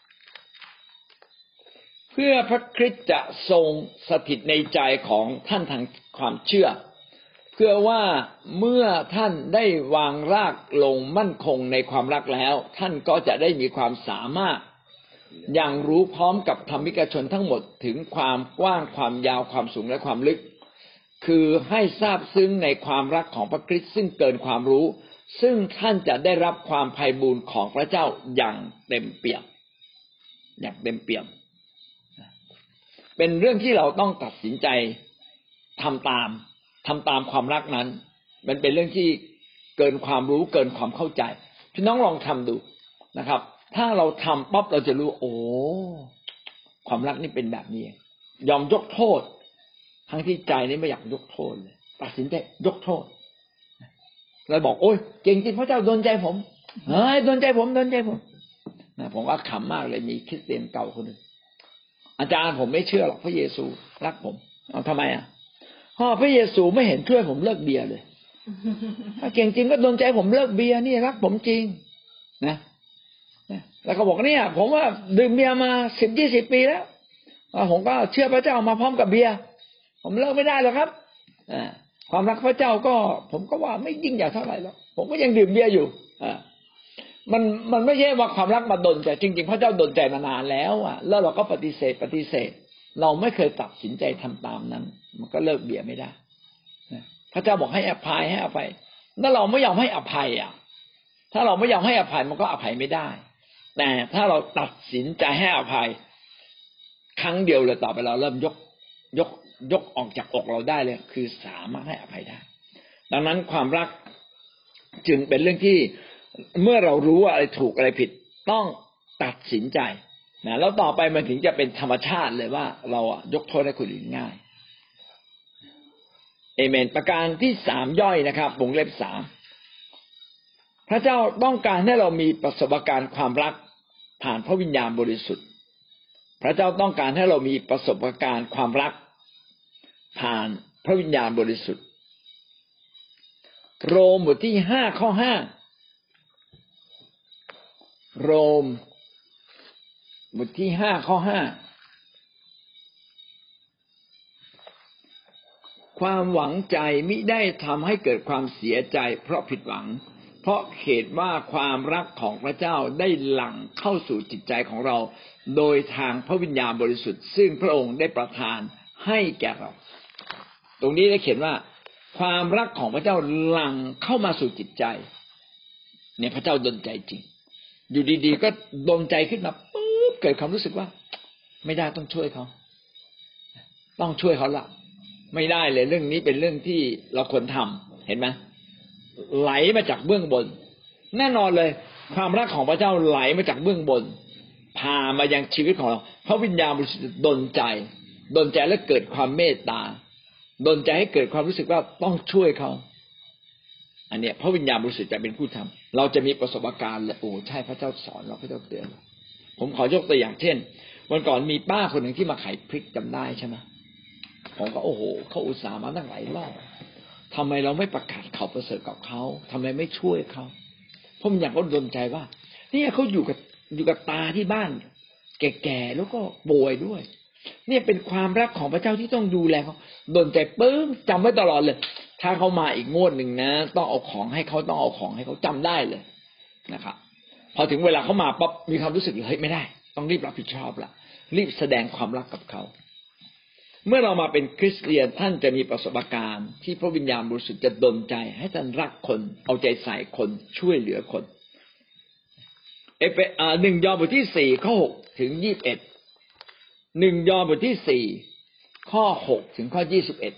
เพื่อพระคริสต์จะทรงสถิตในใจของท่านทางความเชื่อเพื่อว่าเมื่อท่านได้วางรากลงมั่นคงในความรักแล้วท่านก็จะได้มีความสามารถอย่างรู้พร้อมกับธรรมิกชนทั้งหมดถึงความกว้างความยาวความสูงและความลึกคือให้ทราบซึ้งในความรักของพระคริสต์ซึ่งเกินความรู้ซึ่งท่านจะได้รับความไพบูลย์ของพระเจ้าอย่างเต็มเปี่ยมเป็นเรื่องที่เราต้องตัดสินใจทำตามความรักนั้นมันเป็นเรื่องที่เกินความรู้เกินความเข้าใจพี่น้องลองทำดูนะครับถ้าเราทำปั๊บเราจะรู้โอ้ความรักนี่เป็นแบบนี้ยอมยกโทษทั้งที่ใจนี่ไม่อยากยกโทษเลยตัดสินใจยกโทษเราบอกโอ้ยเก่งจริงพระเจ้าโดนใจผมโดนใจผมนะผมว่าขำมากเลยมีคริสเตียนเก่าคนนึงอาจารย์ผมไม่เชื่อหรอกพระเยซูรักผมเอาทำไมพระเยซูไม่เห็นช่วยผมเลิกเบียร์เลยถ้าเก่งจริงก็โดนใจผมเลิกเบียร์นี่รักผมจริงนะแล้วก็บอกเนี่ยผมว่าดื่มเบียร์มา 10-20 ปีแล้วผมก็เชื่อพระเจ้ามาพร้อมกับเบียร์ผมเลิกไม่ได้หรอกครับความรักพระเจ้าก็ผมก็ว่าไม่ยิ่งใหญ่เท่าไหร่แล้วผมก็ยังดื่มเบียร์อยู่มันไม่ใช่ว่าความรักมาดลใจจริงๆพระเจ้าดลใจมานานแล้วแล้วเราก็ปฏิเสธเราไม่เคยตัดสินใจทำตามนั้นมันก็เลิกเบียร์ไม่ได้พระเจ้าบอกให้อภัยถ้าเราไม่ยอมให้อภัยถ้าเราไม่ยอมให้อภัยมันก็อภัยไม่ได้แต่ถ้าเราตัดสินใจให้อภัยครั้งเดียวเลยต่อไปเราเริ่มยกออกจากอกเราได้เลยคือสามารถให้อภัยได้ดังนั้นความรักจึงเป็นเรื่องที่เมื่อเรารู้ว่าอะไรถูกอะไรผิดต้องตัดสินใจนะแล้วต่อไปมันถึงจะเป็นธรรมชาติเลยว่าเรายกโทษให้คนอื่นง่ายเอเมนประการที่3ย่อยนะครับวงเล็บ3พระเจ้าต้องการให้เรามีประสบการณ์ความรักผ่านพระวิญญาณบริสุทธิ์พระเจ้าต้องการให้เรามีประสบการณ์ความรักผ่านพระวิญญาณบริสุทธิ์โรมบทที่5ข้อ5โรมบทที่5ข้อ5ความหวังใจมิได้ทำให้เกิดความเสียใจเพราะผิดหวังเพราะเหตุว่าความรักของพระเจ้าได้หลั่งเข้าสู่จิตใจของเราโดยทางพระวิญญาณบริสุทธิ์ซึ่งพระองค์ได้ประทานให้แก่เราตรงนี้ได้เขียนว่าความรักของพระเจ้าหลั่งเข้ามาสู่จิตใจเนี่ยพระเจ้าดลใจจริงอยู่ดีๆก็ดลใจขึ้นมาปุ๊บเกิดความรู้สึกว่าไม่ได้ต้องช่วยเขาต้องช่วยเขาละไม่ได้เลยเรื่องนี้เป็นเรื่องที่เราควรทำเห็นไหมไหลมาจากเบื้องบนแน่นอนเลยความรักของพระเจ้าไหลมาจากเบื้องบนพามายังชีวิตของเราพระวิญญาณบริสุทธิ์ดลใจแล้วเกิดความเมตตาดลใจให้เกิดความรู้สึกว่าต้องช่วยเขาอันเนี้ยพระวิญญาณบริสุทธิ์จะเป็นผู้ทำเราจะมีประสบการณ์และโอ้ใช่พระเจ้าสอนเราพระเจ้าเตือนผมขอยกตัวอย่างเช่นวันก่อนมีป้าคนหนึ่งที่มาขายพริกจำได้ใช่ไหมผมก็โอ้โหเขาอุตส่าห์มาตั้งหลายรอบทำไมเราไม่ประกาศข่าวประเสริฐกับเขาทำไมไม่ช่วยเขาเพราะมันอยากเขาดลใจว่านี่เขาอยู่กับตาที่บ้านแก่ๆแล้วก็ป่วยด้วยเนี่ยเป็นความรักของพระเจ้าที่ต้องดูแลเขาดลใจปึ้งจำไว้ตลอดเลยถ้าเขามาอีกงวดหนึ่งนะต้องเอาของให้เขาจำได้เลยนะครับพอถึงเวลาเขามาปั๊บมีความรู้สึกเฮ้ยไม่ได้ต้องรีบรับผิดชอบละรีบแสดงความรักกับเขาเมื่อเรามาเป็นคริสเตียนท่านจะมีประสบการณ์ที่พระวิญญาณบริสุทธิ์จะดลใจให้ท่านรักคนเอาใจใส่คนช่วยเหลือคน1 ยอห์นบทที่4ข้อ6ถึง21 1 ยอห์นบทที่4ข้อ6ถึงข้อ21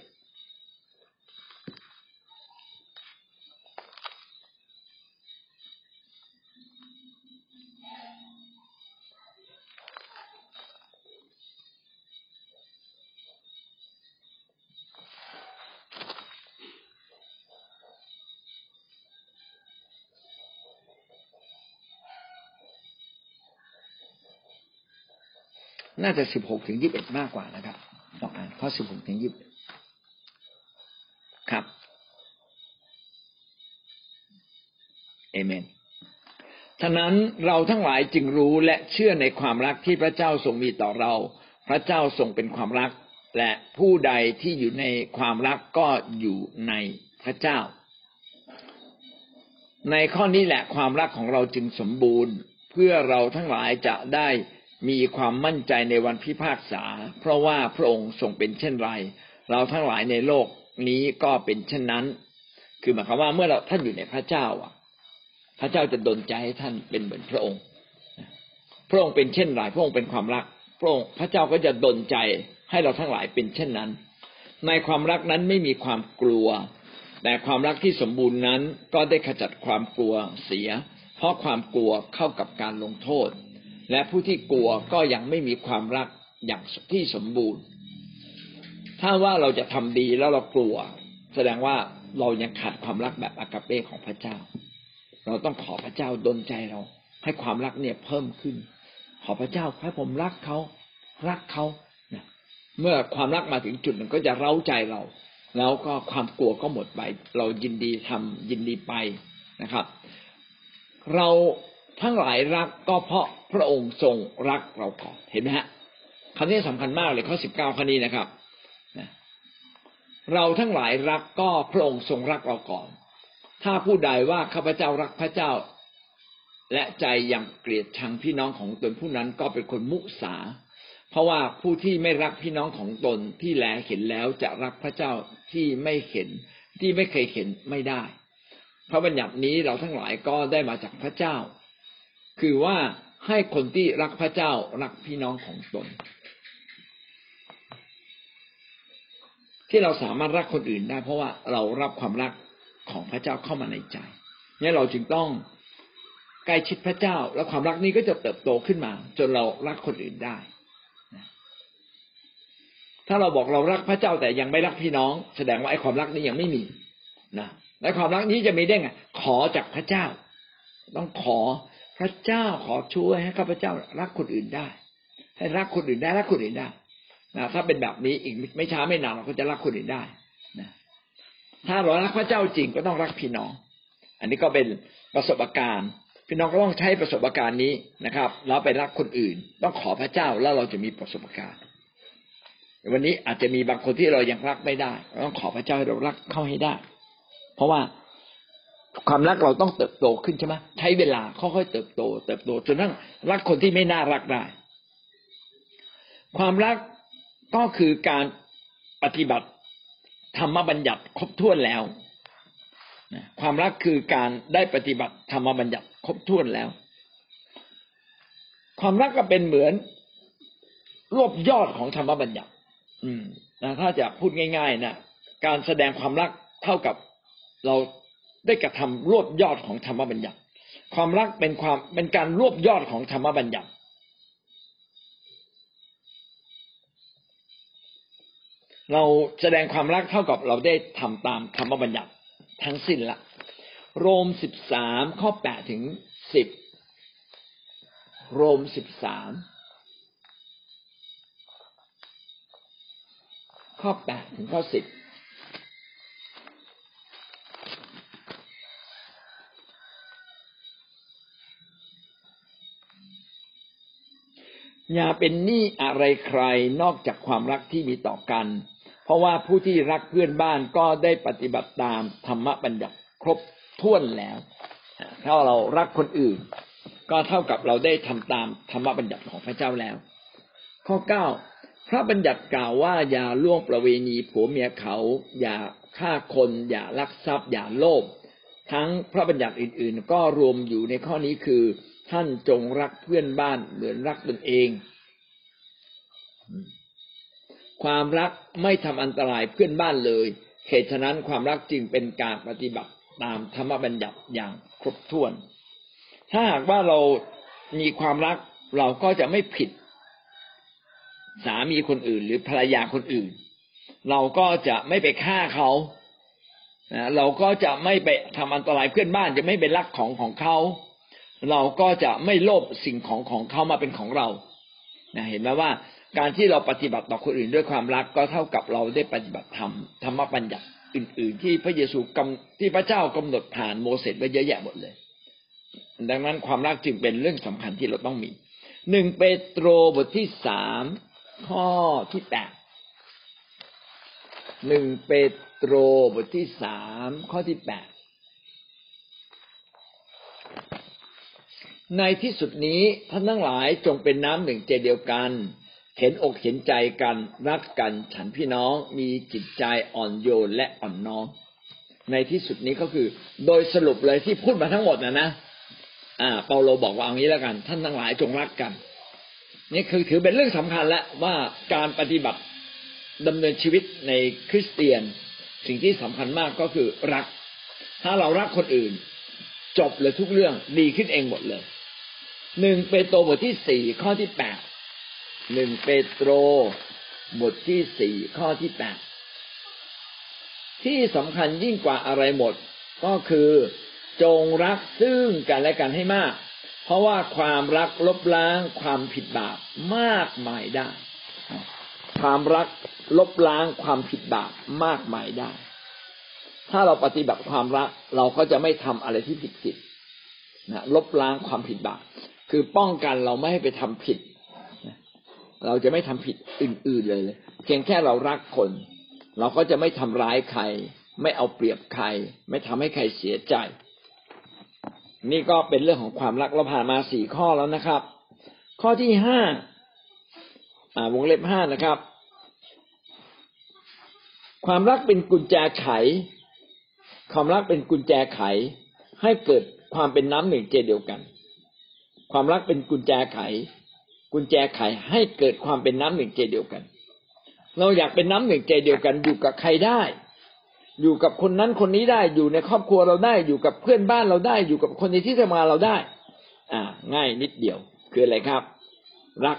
น่าจะ16ถึง21มากกว่านะครับลองอ่านข้อ16ถึง21ครับเอเมนฉะนั้นเราทั้งหลายจึงรู้และเชื่อในความรักที่พระเจ้าทรงมีต่อเราพระเจ้าทรงเป็นความรักและผู้ใดที่อยู่ในความรักก็อยู่ในพระเจ้าในข้อนี้แหละความรักของเราจึงสมบูรณ์เพื่อเราทั้งหลายจะได้มีความมั่นใจในวันพิพากษาเพราะว่าพระองค์ทรงเป็นเช่นไรเราทั้งหลายในโลกนี้ก็เป็นเช่นนั้นคือหมายความว่าเมื่อท่านอยู่ในพระเจ้าพระเจ้าจะดลใจให้ท่านเป็นเหมือนพระองค์พระองค์เป็นเช่นไรพระองค์เป็นความรักพระเจ้าก็จะดลใจให้เราทั้งหลายเป็นเช่นนั้นในความรักนั้นไม่มีความกลัวแต่ความรักที่สมบูรณ์นั้นก็ได้ขจัดความกลัวเสียเพราะความกลัวเข้ากับการลงโทษและผู้ที่กลัวก็ยังไม่มีความรักอย่างที่สมบูรณ์ถ้าว่าเราจะทำดีแล้วเรากลัวแสดงว่าเรายังขาดความรักแบบอากาเป้ของพระเจ้าเราต้องขอพระเจ้าดลใจเราให้ความรักเนี่ยเพิ่มขึ้นขอพระเจ้าให้ผมรักเขานะเมื่อความรักมาถึงจุดหนึ่งก็จะเร้าใจเราแล้วก็ความกลัวก็หมดไปเรายินดีทำยินดีไปนะครับเราทั้งหลายรักก็เพราะพระองค์ทรงรักเราก่อนเห็นไหมฮะคำนี้สำคัญมากเลยข้อ19ข้อนี้นะครับเราทั้งหลายรักก็พระองค์ทรงรักเราก่อนถ้าผู้ใดว่าข้าพเจ้ารักพระเจ้าและใจยังเกลียดชังพี่น้องของตนผู้นั้นก็เป็นคนมุสาเพราะว่าผู้ที่ไม่รักพี่น้องของตนที่แลเห็นแล้วจะรักพระเจ้าที่ไม่เห็นที่ไม่เคยเห็นไม่ได้พระบัญญัตินี้เราทั้งหลายก็ได้มาจากพระเจ้าคือว่าให้คนที่รักพระเจ้ารักพี่น้องของตนที่เราสามารถรักคนอื่นได้เพราะว่าเรารับความรักของพระเจ้าเข้ามาในใจเนี่ยเราจึงต้องใกล้ชิดพระเจ้าและความรักนี้ก็จะเติบโตขึ้นมาจนเรารักคนอื่นได้ถ้าเราบอกเรารักพระเจ้าแต่ยังไม่รักพี่น้องแสดงว่าไอ้ความรักนี้ยังไม่มีนะและความรักนี้จะมีได้ไงขอจากพระเจ้าต้องขอพระเจ้าขอช่วยให้ข้าพเจ้ารักคนอื่นได้ให้รักคนอื่นได้รักคนอื่นได้นะถ้าเป็นแบบนี้อีกไม่ช้าไม่นานเราก็จะรักคนอื่นได้นะถ้าเรารักพระเจ้าจริงก็ต้องรักพี่น้องอันนี้ก็เป็นประสบการณ์พี่น้องก็ต้องใช้ประสบการณ์นี้นะครับแล้วไปรักคนอื่นต้องขอพระเจ้าแล้วเราจะมีประสบการณ์วันนี้อาจจะมีบางคนที่เรายังรักไม่ได้ต้องขอพระเจ้าให้เรารักเข้าให้ได้เพราะว่าความรักเราต้องเติบโตขึ้นใช่ไหมใช้เวลาค่อยๆเติบโตจนทั้งรักคนที่ไม่น่ารักได้ความรักก็คือการปฏิบัติธรรมบัญญัติครบถ้วนแล้วความรักคือการได้ปฏิบัติธรรมบัญญัติครบถ้วนแล้วความรักก็เป็นเหมือนรวบยอดของธรรมบัญญัติถ้าจะพูดง่ายๆนะการแสดงความรักเท่ากับเราได้กระทำรวบยอดของธรรมบัญญัติความรักเป็นการรวบยอดของธรรมบัญญัติเราแสดงความรักเท่ากับเราได้ทำตามธรรมบัญญัติทั้งสิ้นละโรม13ข้อ8ถึง10โรม13ข้อ8ถึงข้อ10อย่าเป็นหนี้อะไรใครนอกจากความรักที่มีต่อกันเพราะว่าผู้ที่รักเพื่อนบ้านก็ได้ปฏิบัติตามธรรมบัญญัติครบถ้วนแล้วถ้าเรารักคนอื่นก็เท่ากับเราได้ทำตามธรรมบัญญัติของพระเจ้าแล้วข้อ9พระบัญญัติกล่าวว่าอย่าล่วงประเวณีผัวเมียเขาอย่าฆ่าคนอย่าลักทรัพย์อย่าโลภทั้งพระบัญญัติอื่นๆก็รวมอยู่ในข้อนี้คือท่านจงรักเพื่อนบ้านเหมือนรักตนเองความรักไม่ทำอันตรายเพื่อนบ้านเลยเหตุฉะนั้นความรักจึงเป็นการปฏิบัติตามธรรมบัญญัติอย่างครบถ้วนถ้าหากว่าเรามีความรักเราก็จะไม่ผิดสามีคนอื่นหรือภรรยาคนอื่นเราก็จะไม่ไปฆ่าเขาเราก็จะไม่ไปทำอันตรายเพื่อนบ้านจะไม่ไปลักของเขาเราก็จะไม่โลภสิ่งของเขามาเป็นของเราเห็นไหมว่าการที่เราปฏิบัติต่อคนอื่นด้วยความรักก็เท่ากับเราได้ปฏิบัติธรรมบัญญัติอื่นๆที่พระเยซูที่พระเจ้ากำหนดผ่านโมเสสไว้เยอะแยะหมดเลยดังนั้นความรักจึงเป็นเรื่องสำคัญที่เราต้องมี1เปโตรบทที่3ข้อที่8 1เปโตรบทที่3ข้อที่8ในที่สุดนี้ท่านทั้งหลายจงเป็นน้ำหนึ่งใจเดียวกันเห็นอกเห็นใจกันรักกันฉันพี่น้องมีจิตใจอ่อนโยนและอ่อนน้อมในที่สุดนี้ก็คือโดยสรุปเลยที่พูดมาทั้งหมดนะเปาโลบอกว่าเอางี้แล้วกันท่านทั้งหลายจงรักกันนี่คือถือเป็นเรื่องสำคัญแล้วว่าการปฏิบัติดำเนินชีวิตในคริสเตียนสิ่งที่สำคัญมากก็คือรักถ้าเรารักคนอื่นจบเลยทุกเรื่องดีขึ้นเองหมดเลย1เปโตรบทที่4ข้อที่8 1เปโตรบทที่4ข้อที่8ที่สำคัญยิ่งกว่าอะไรหมดก็คือจงรักซึ่งกันและกันให้มากเพราะว่าความรักลบล้างความผิดบาปมากมายได้ความรักลบล้างความผิดบาปมากมายได้ถ้าเราปฏิบัติความรักเราก็จะไม่ทำอะไรที่ผิดลบล้างความผิดบาปคือป้องกันเราไม่ให้ไปทำผิดเราจะไม่ทำผิดอื่นๆเลยเพียงแค่เรารักคนเราก็จะไม่ทำร้ายใครไม่เอาเปรียบใครไม่ทำให้ใครเสียใจนี่ก็เป็นเรื่องของความรักเราผ่านมา4ข้อแล้วนะครับข้อที่5วงเล็บ5นะครับความรักเป็นกุญแจไขความรักเป็นกุญแจไขให้เกิดความเป็นน้ำหนึ่งใจเดียวกันความรักเป็นกุญแจไขให้เกิดความเป็นน้ำหนึ่งใจเดียวกันเราอยากเป็นน้ำหนึ่งใจเดียวกันอยู่กับใครได้อยู่กับคนนั้นคนนี้ได้อยู่ในครอบครัวเราได้อยู่กับเพื่อนบ้านเราได้อยู่กับคนในที่ทำงานเราได้ง่ายนิดเดียวคืออะไรครับรัก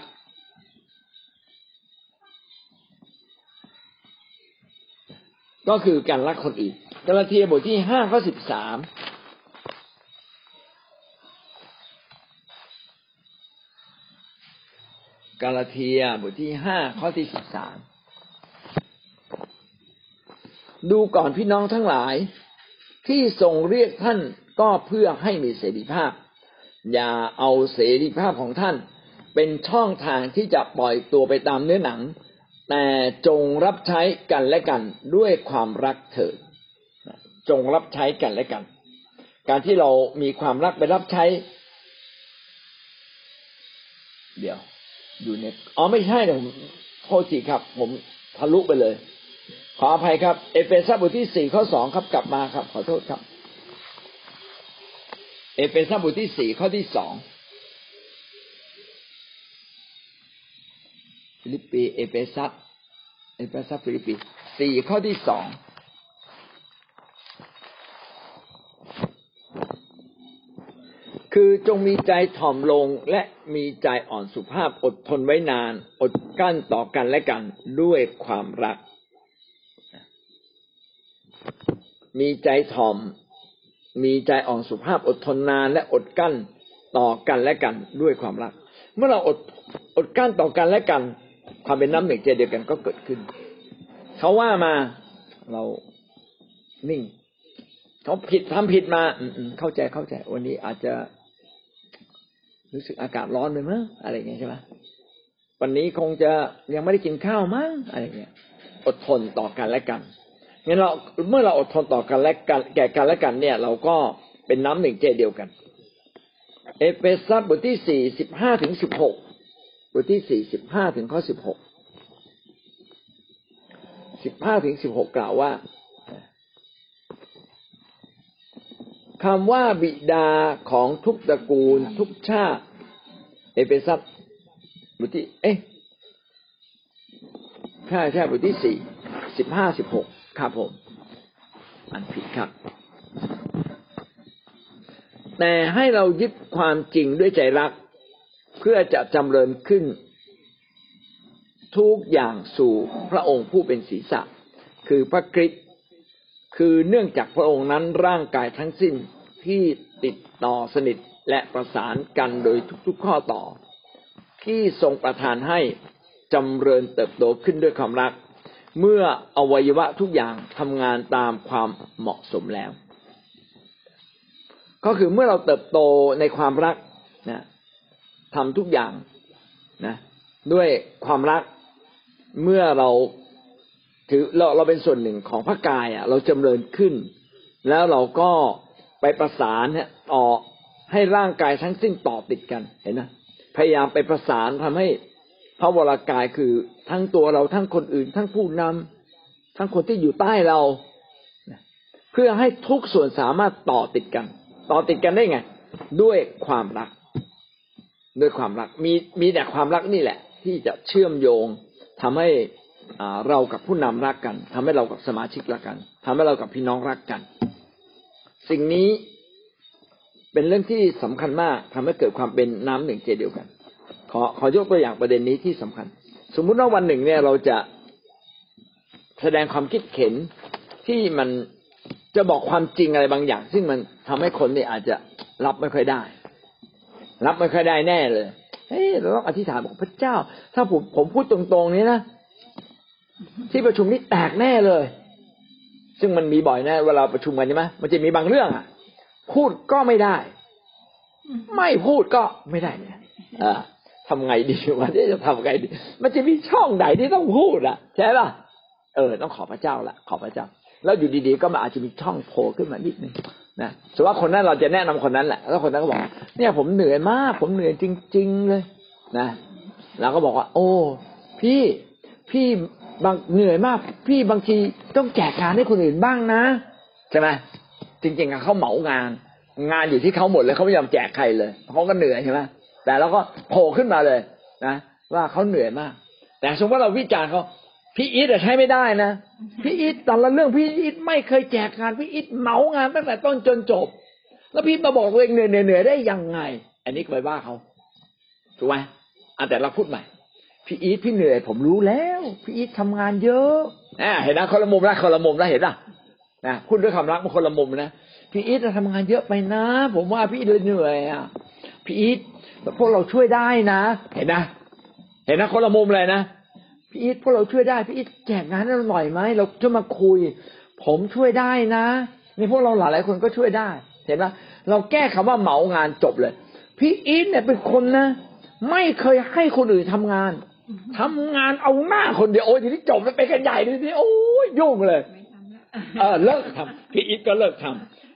ก็คือการรักคนอื่นกาลาเทียบทที่5ข้อ13กาลาเทียบทที่5ข้อที่13ดูก่อนพี่น้องทั้งหลายที่ทรงเรียกท่านก็เพื่อให้มีเสรีภาพอย่าเอาเสรีภาพของท่านเป็นช่องทางที่จะปล่อยตัวไปตามเนื้อหนังแต่จงรับใช้กันและกันด้วยความรักเถิดจงรับใช้กันและกันการที่เรามีความรักไปรับใช้เดี๋ยวอยู่ในไม่ใช่นะผมโทษทีครับผมทะลุไปเลยขออภัยครับเอเฟซัสบทที่4ข้อ2ครับกลับมาครับขอโทษครับเอเฟซัสบทที่4ข้อที่2ฟิลิปปีเอเฟซัสฟิลิปปี4ข้อที่2คือจงมีใจถ่อมลงและมีใจอ่อนสุภาพอดทนไว้นานอดกลั้นต่อกันและกันด้วยความรักมีใจถ่อมมีใจอ่อนสุภาพอดทนนานและอดกลั้นต่อกันและกันด้วยความรักเมื่อเราอดกลั้นต่อกันและกันความเป็นน้ำหนึ่งใจเดียวกันก็เกิดขึ้นเขาว่ามาเรานิ่งเขาทำผิดมาเข้าใจวันนี้อาจจะรู้สึกอากาศร้อนไปมั้งอะไรอย่างเงี้ยใช่ไหมวันนี้คงจะยังไม่ได้กินข้าวมั้งอะไรอย่างเงี้ยอดทนต่อกันและกันงั้นเราเมื่อเราอดทนต่อกันและกันแก่กันและกันเนี่ยเราก็เป็นน้ำหนึ่งใจเดียวกันเอเฟซัสบทที่4 15ถึง16บทที่4 15ถึงข้อ16 15ถึง16กล่าวว่าคำว่าบิดาของทุกตระกูลทุกชาติเอเฟซัสบทที่ใช่บทที่4 15 16ครับผมอ่านผิดครับแต่ให้เรายึดความจริงด้วยใจรักเพื่อจะจำเริญขึ้นทุกอย่างสู่พระองค์ผู้เป็นศีรษะคือพระคริสต์คือเนื่องจากพระองค์นั้นร่างกายทั้งสิ้นที่ติดต่อสนิทและประสานกันโดยทุกๆข้อต่อที่ทรงประทานให้จำเริญเติบโตขึ้นด้วยความรักเมื่ออวัยวะทุกอย่างทำงานตามความเหมาะสมแล้วก็คือเมื่อเราเติบโตในความรักนะทำทุกอย่างนะด้วยความรักเมื่อเราถือเราเป็นส่วนหนึ่งของพระกายเราจำเริญขึ้นแล้วเราก็ไปประสานต่อให้ร่างกายทั้งสิ้นต่อติดกันเห็นนะพยายามไปประสานทำให้พระวรากายคือทั้งตัวเราทั้งคนอื่นทั้งผู้นำทั้งคนที่อยู่ใต้เราเพื่อให้ทุกส่วนสามารถต่อติดกันได้ไงด้วยความรักมีแต่ความรักนี่แหละที่จะเชื่อมโยงทำให้เรากับผู้นำรักกันทำให้เรากับสมาชิกรักกันทำให้เรากับพี่น้องรักกันสิ่งนี้เป็นเรื่องที่สำคัญมากทำให้เกิดความเป็นน้ำหนึ่งใจเดียวกันขอยกตัวอย่างประเด็นนี้ที่สำคัญสมมุติว่าวันหนึ่งเนี่ยเราจะแสดงความคิดเห็นที่มันจะบอกความจริงอะไรบางอย่างซึ่งมันทำให้คนเนี่ยอาจจะรับไม่ค่อยได้แน่เลยเราต้องอธิษฐานบอกพระเจ้าถ้าผมพูดตรงๆนี้นะที่ประชุมนี้แตกแน่เลยซึ่งมันมีบ่อยนะเวลาประชุมกันใช่ไหมมันจะมีบางเรื่องพูดก็ไม่ได้ไม่พูดก็ไม่ได้เนี่ยทำไงดีวะจะทำไงดีมันจะมีช่องไหนที่ต้องพูดใช่ป่ะต้องขอพระเจ้าละขอพระเจ้าแล้วอยู่ดีๆก็มาอาจจะมีช่องโผล่ขึ้นมานิดนึงนะสมมติว่าคนนั้นเราจะแนะนำคนนั้นแหละแล้วคนนั้นก็บอกเนี่ยผมเหนื่อยมากผมเหนื่อยจริงๆเลยนะเราก็บอกว่าโอ้พี่บางเหนื่อยมากพี่บางทีต้องแจกงานให้คนอื่นบ้างนะใช่ไหมจริงๆเขาเหมางานอยู่ที่เขาหมดเลยเขาไม่ยอมแจกใครเลยเขาก็เหนื่อยใช่ไหมแต่เราก็โผล่ขึ้นมาเลยนะว่าเขาเหนื่อยมากแต่สมมติว่าเราวิจารณ์เขาพี่อีทใช้ไม่ได้นะพี่อีทแต่ละเรื่องพี่อีทไม่เคยแจกงานพี่อีทเหมางานตั้งแต่ต้นจนจบแล้วพี่มาบอกตัวเองเหนื่อยได้ยังไงอันนี้ก็ไปว่าเขาถูกไหมแต่เราพูดใหม่พี่อีทพี่เหนื่อยผมรู้แล้วพี่อีททำงานเยอะเห็นนะคนละมุมนะเห็นป่ะนะพูดด้วยความรักมันคนละมุมนะพี่อีททำงานเยอะไปนะผมว่าพี่เหนื่อยพี่อีทพวกเราช่วยได้นะเห็นนะคนละมุมเลยนะพี่อีทพวกเราช่วยได้พี่อีทแจกงานให้เราหน่อยไหมเราจะมาคุยผมช่วยได้นะนี่พวกเราหลายคนก็ช่วยได้เห็นไหมเราแก้คำว่าเหมางานจบเลยพี่อีทเนี่ยเป็นคนนะไม่เคยให้คนอื่นทำงานเอาหน้าคนเดียวโอ้ยทีนี้จบแล้วไปกันใหญ่ทีนี้โอ้ยยุ่งเลยเลิกทำพี่อีทก็เลิกท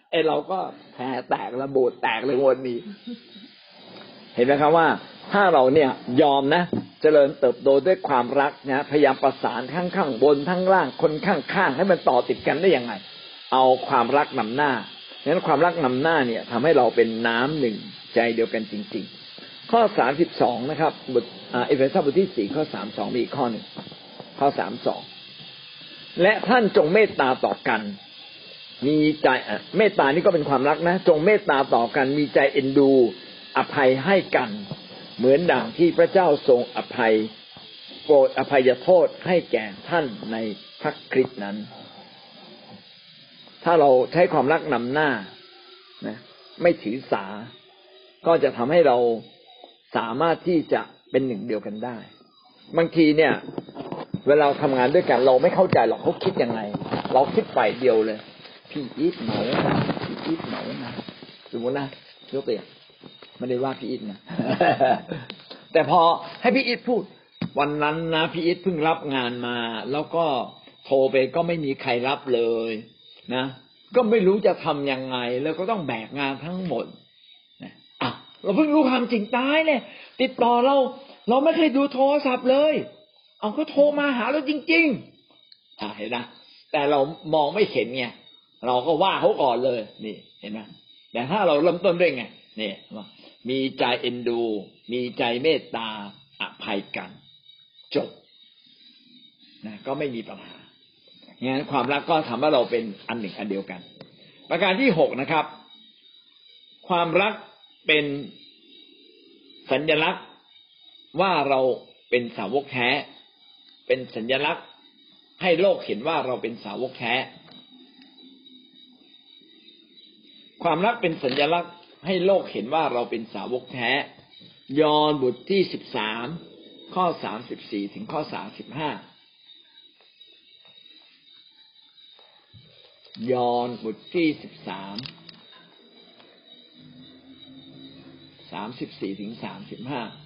เราก็แผลแตกระโบดแตกเลยวันนี้เห็นไหมครับว่าถ้าเราเนี่ยยอมนะเจริญเติบโตด้วยความรักนะพยายามประสานทั้งข้างบนทั้งล่างคนข้างๆให้มันต่อติดกันได้ยังไงเอาความรักนำหน้าฉะนั้นความรักนำหน้าเนี่ยทำให้เราเป็นน้ำหนึ่งใจเดียวกันจริงๆข้อ32นะครับบทเอเฟซัสบทที่4ข้อ32มีอีกข้อหนึ่งข้อ32และท่านจงเมตตาต่อกันมีใจเมตตานี่ก็เป็นความรักนะจงเมตตาต่อกันมีใจเอ็นดูอภัยให้กันเหมือนดังที่พระเจ้าทรงอภัยโปรดอภัยโทษให้แก่ท่านในพระคริสต์นั้นถ้าเราใช้ความรักนำหน้านะไม่ถือสาก็จะทำให้เราสามารถที่จะเป็นหนึ่งเดียวกันได้บางทีเนี่ยเวลาทำงานด้วยกันเราไม่เข้าใจหรอกเขาคิดยังไงเราคิดฝ่ายเดียวเลยพี่อีทเหมานะพี่อีทเหมานะสมมตินะยกตัวอย่างไม่ได้ว่าพี่อีทนะ แต่พอให้พี่อีทพูดวันนั้นนะพี่อีทเพิ่งรับงานมาแล้วก็โทรไปก็ไม่มีใครรับเลยนะก็ไม่รู้จะทำยังไงแล้วก็ต้องแบกงานทั้งหมดนะเราเพิ่งรู้ความจริงตายเลยติดต่อเราไม่เคยดูโทรศัพท์เลยเอาก็โทรมาหาเราจริงๆเห็นนะแต่เรามองไม่เห็นไงเราก็ว่าเขาก่อนเลยนี่เห็นไหมแต่ถ้าเราเริ่มต้นด้วยไงนี่มีใจเอ็นดูมีใจเมตตาอภัยกันจบนะก็ไม่มีปัญหางั้นความรักก็ทำให้เราเป็นอันหนึ่งอันเดียวกันประการที่6นะครับความรักเป็นสัญลักษณ์ว่าเราเป็นสาวกแท้เป็นสัญลักษณ์ให้โลกเห็นว่าเราเป็นสาวกแท้ความรักเป็นสัญลักษณ์ให้โลกเห็นว่าเราเป็นสาวกแท้ยอห์นบทที่13ข้อ34ถึงข้อ35ยอห์นบทที่13 34ถึง35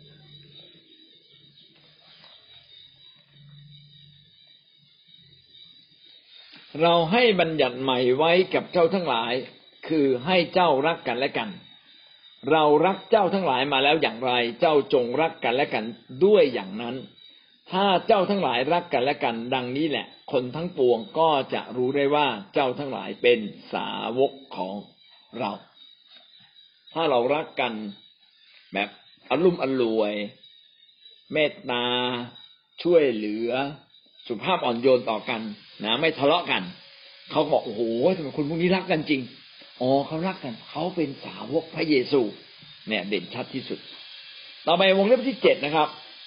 เราให้บัญญัติใหม่ไว้กับเจ้าทั้งหลายคือให้เจ้ารักกันและกันเรารักเจ้าทั้งหลายมาแล้วอย่างไรเจ้าจงรักกันและกันด้วยอย่างนั้นถ้าเจ้าทั้งหลายรักกันและกันดังนี้แหละคนทั้งปวงก็จะรู้ได้ว่าเจ้าทั้งหลายเป็นสาวกของเราถ้าเรารักกันแบบอลุ่มอล่วยเมตตาช่วยเหลือสุภาพอ่อนโยนต่อกันนะไม่ทะเลาะกันเขาบอกโอ้โหทำไมคนพวกนี้รักกันจริงอ๋อเขารักกันเขาเป็นสาวกพระเยซูเนี่ยเด่นชัดที่สุดต่อไปวงเล็บที่7นะครับ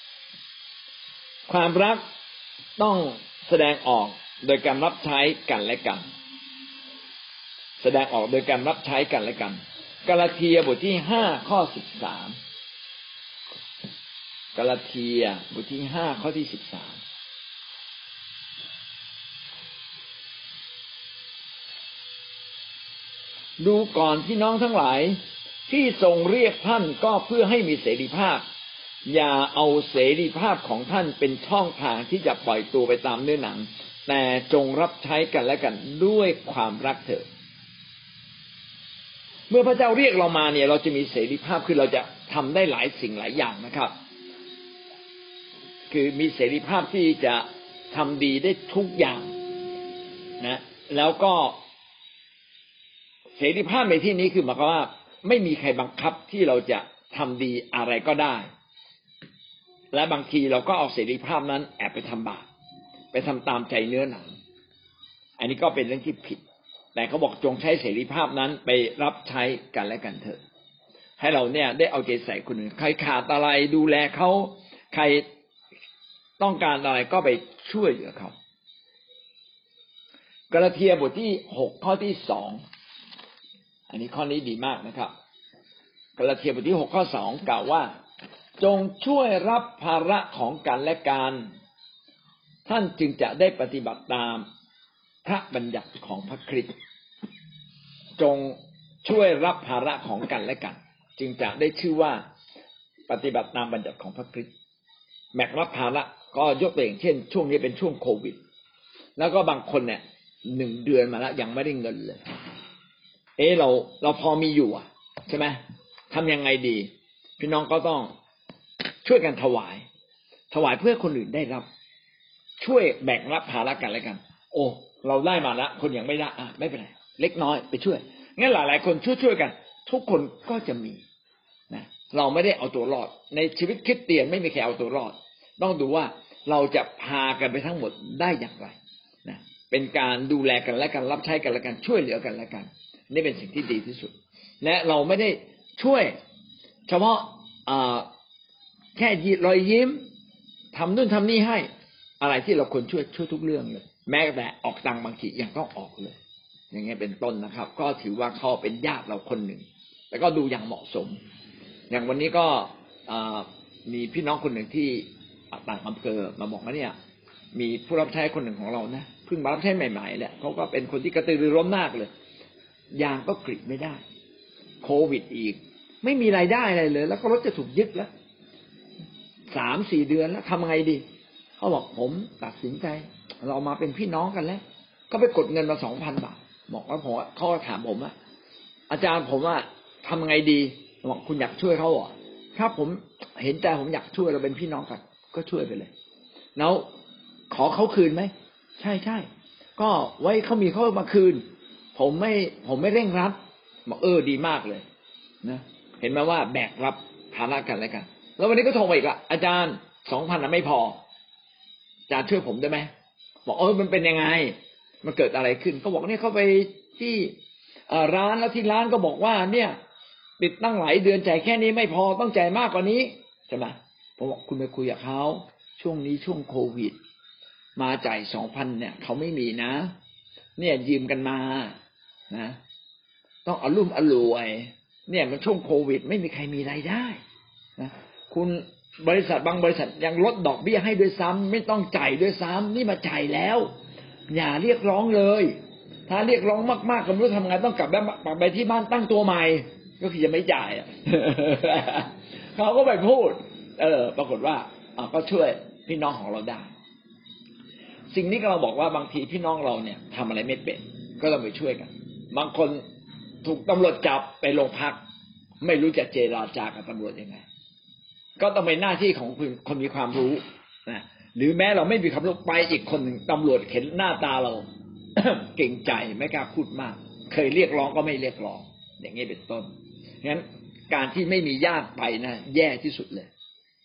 ความรักต้องแสดงออกโดยการรับใช้กันและกันแสดงออกโดยการรับใช้กันและกันกาลาเทียบทที่5ข้อ13กาลาเทียบทที่5ข้อที่13ดูก่อนพี่น้องทั้งหลายที่ทรงเรียกท่านก็เพื่อให้มีเสรีภาพอย่าเอาเสรีภาพของท่านเป็นช่องทางที่จะปล่อยตัวไปตามเนื้อหนังแต่จงรับใช้กันและกันด้วยความรักเถิดเมื่อพระเจ้าเรียกเรามาเนี่ยเราจะมีเสรีภาพคือเราจะทำได้หลายสิ่งหลายอย่างนะครับคือมีเสรีภาพที่จะทำดีได้ทุกอย่างนะแล้วก็เสรีภาพในที่นี้คือหมายความว่าไม่มีใครบังคับที่เราจะทำดีอะไรก็ได้และบางทีเราก็เอาเสรีภาพนั้นแอบไปทำบาปไปทำตามใจเนื้อหนังอันนี้ก็เป็นเรื่องที่ผิดแต่เขาบอกจงใช้เสรีภาพนั้นไปรับใช้กันและกันเถอะให้เราเนี่ยได้เอาใจใส่คนอื่นใครขาดอะไรดูแลเขาใครต้องการอะไรก็ไปช่วยเหลือเขากาลาเทียบทที่6ข้อที่2อันนี้ข้อนี้ดีมากนะครับกาลาเทียบทที่6ข้อ2กล่าวว่าจงช่วยรับภาระของกันและกันท่านจึงจะได้ปฏิบัติตามพระบัญญัติของพระคริสต์จงช่วยรับภาระของกันและกันจึงจะได้ชื่อว่าปฏิบัติตามบัญญัติของพระคริสต์แบกรับภาระก็ยกตัวอย่างเช่นช่วงนี้เป็นช่วงโควิดแล้วก็บางคนเนี่ย1 เดือนมาแล้วยังไม่ได้เงินเลยเราพอมีอยู่ใช่ไหมทำยังไงดีพี่น้องก็ต้องช่วยกันถวายเพื่อคนอื่นได้รับช่วยแบ่งรับภาระกันและกันโอ้เราได้มาแล้วคนยังไม่ได้ไม่เป็นไรเล็กน้อยไปช่วยงั้นหลายๆคนช่วยกันทุกคนก็จะมีนะเราไม่ได้เอาตัวรอดในชีวิตคริสเตียนไม่มีใครเอาตัวรอดต้องดูว่าเราจะพากันไปทั้งหมดได้อย่างไรนะเป็นการดูแลกันและกันรับใช้กันและกันช่วยเหลือกันและกันนี่เป็นสิ่งที่ดีที่สุดและเราไม่ได้ช่วยเฉพาะแค่รอยยิ้มทำนู่นทำนี่ให้อะไรที่เราควรช่วยทุกเรื่องเลยแม้แต่ออกตังค์บางทียังต้องออกเลยอย่างเงี้ยเป็นต้นนะครับก็ถือว่าเขาเป็นญาติเราคนหนึ่งแล้วก็ดูอย่างเหมาะสมอย่างวันนี้ก็มีพี่น้องคนหนึ่งที่ต่างอำเภอมาบอกว่าเนี่ยมีผู้รับใช้คนหนึ่งของเรานะเพิ่งมารับใช้ใหม่ๆแหละเขาก็เป็นคนที่กระตือรือร้นมากเลยยางก็กรีดไม่ได้โควิดอีกไม่มีรายได้อะไรเลยแล้วก็รถจะถูกยึดแล้ว 3-4 เดือนแล้วทำไงดีเขาบอกผมตัดสินใจเรามาเป็นพี่น้องกันแล้วก็ไปกดเงินมา 2,000 บาทบอกว่าผมเขาถามผมอาจารย์ผมทำไงดีบอกคุณอยากช่วยเขาเหรอถ้าผมเห็นใจผมอยากช่วยเราเป็นพี่น้องกันก็ช่วยไปเลยแล้วขอเขาคืนไหมใช่ก็ไว้เขามีเขามาคืนผมไม่เร่งรัดบอกดีมากเลยนะเห็นไหมว่าแบกรับภาระกันและกันแล้ววันนี้ก็โทรมาอีกละอาจารย์ 2,000 ไม่พออาจารย์ช่วยผมได้ไหมบอกมันเป็นยังไงมันเกิดอะไรขึ้นก็บอกเนี่ยเขาไปที่ร้านแล้วที่ร้านก็บอกว่าเนี่ยติดตั้งหลายเดือนจ่ายแค่นี้ไม่พอต้องจ่ายมากกว่านี้ใช่ไหมผมบอกคุณไปคุยกับเขาช่วงนี้ช่วงโควิดมาจ่าย 2,000 เนี่ยเขาไม่มีนะเนี่ยยืมกันมานะต้องอรุ่มอร่วยเนี่ยมันช่วงโควิดไม่มีใครมีรายได้นะคุณบริษัทบางบริษัทยังลดดอกเบี้ยให้ด้วยซ้ำไม่ต้องจ่ายด้วยซ้ำนี่มาจ่ายแล้วอย่าเรียกร้องเลยถ้าเรียกร้องมากๆก็ไม่รู้ทำไงต้องกลับไปที่บ้านตั้งตัวใหม่ก็คือจะไม่จ่ายเขาก็ไปพูดปรากฏว่าก็ช่วยพี่น้องของเราได้สิ่งนี้ก็เราบอกว่าบางทีพี่น้องเราเนี่ยทำอะไรไม่เป็นก็ต้องไปช่วยกันบางคนถูกตำรวจจับไปโรงพักไม่รู้จะเจรจากับตำรวจยังไงก็ต้องเป็นหน้าที่ของคนมีความรู้นะหรือแม้เราไม่มีความรู้ไปอีกคนหนึ่งตำรวจเห็นหน้าตาเรา เก่งใจไม่กล้าพูดมากเคยเรียกร้องก็ไม่เรียกร้องอย่างนี้เป็นต้นงั้นการที่ไม่มีญาติไปนะแย่ที่สุดเลย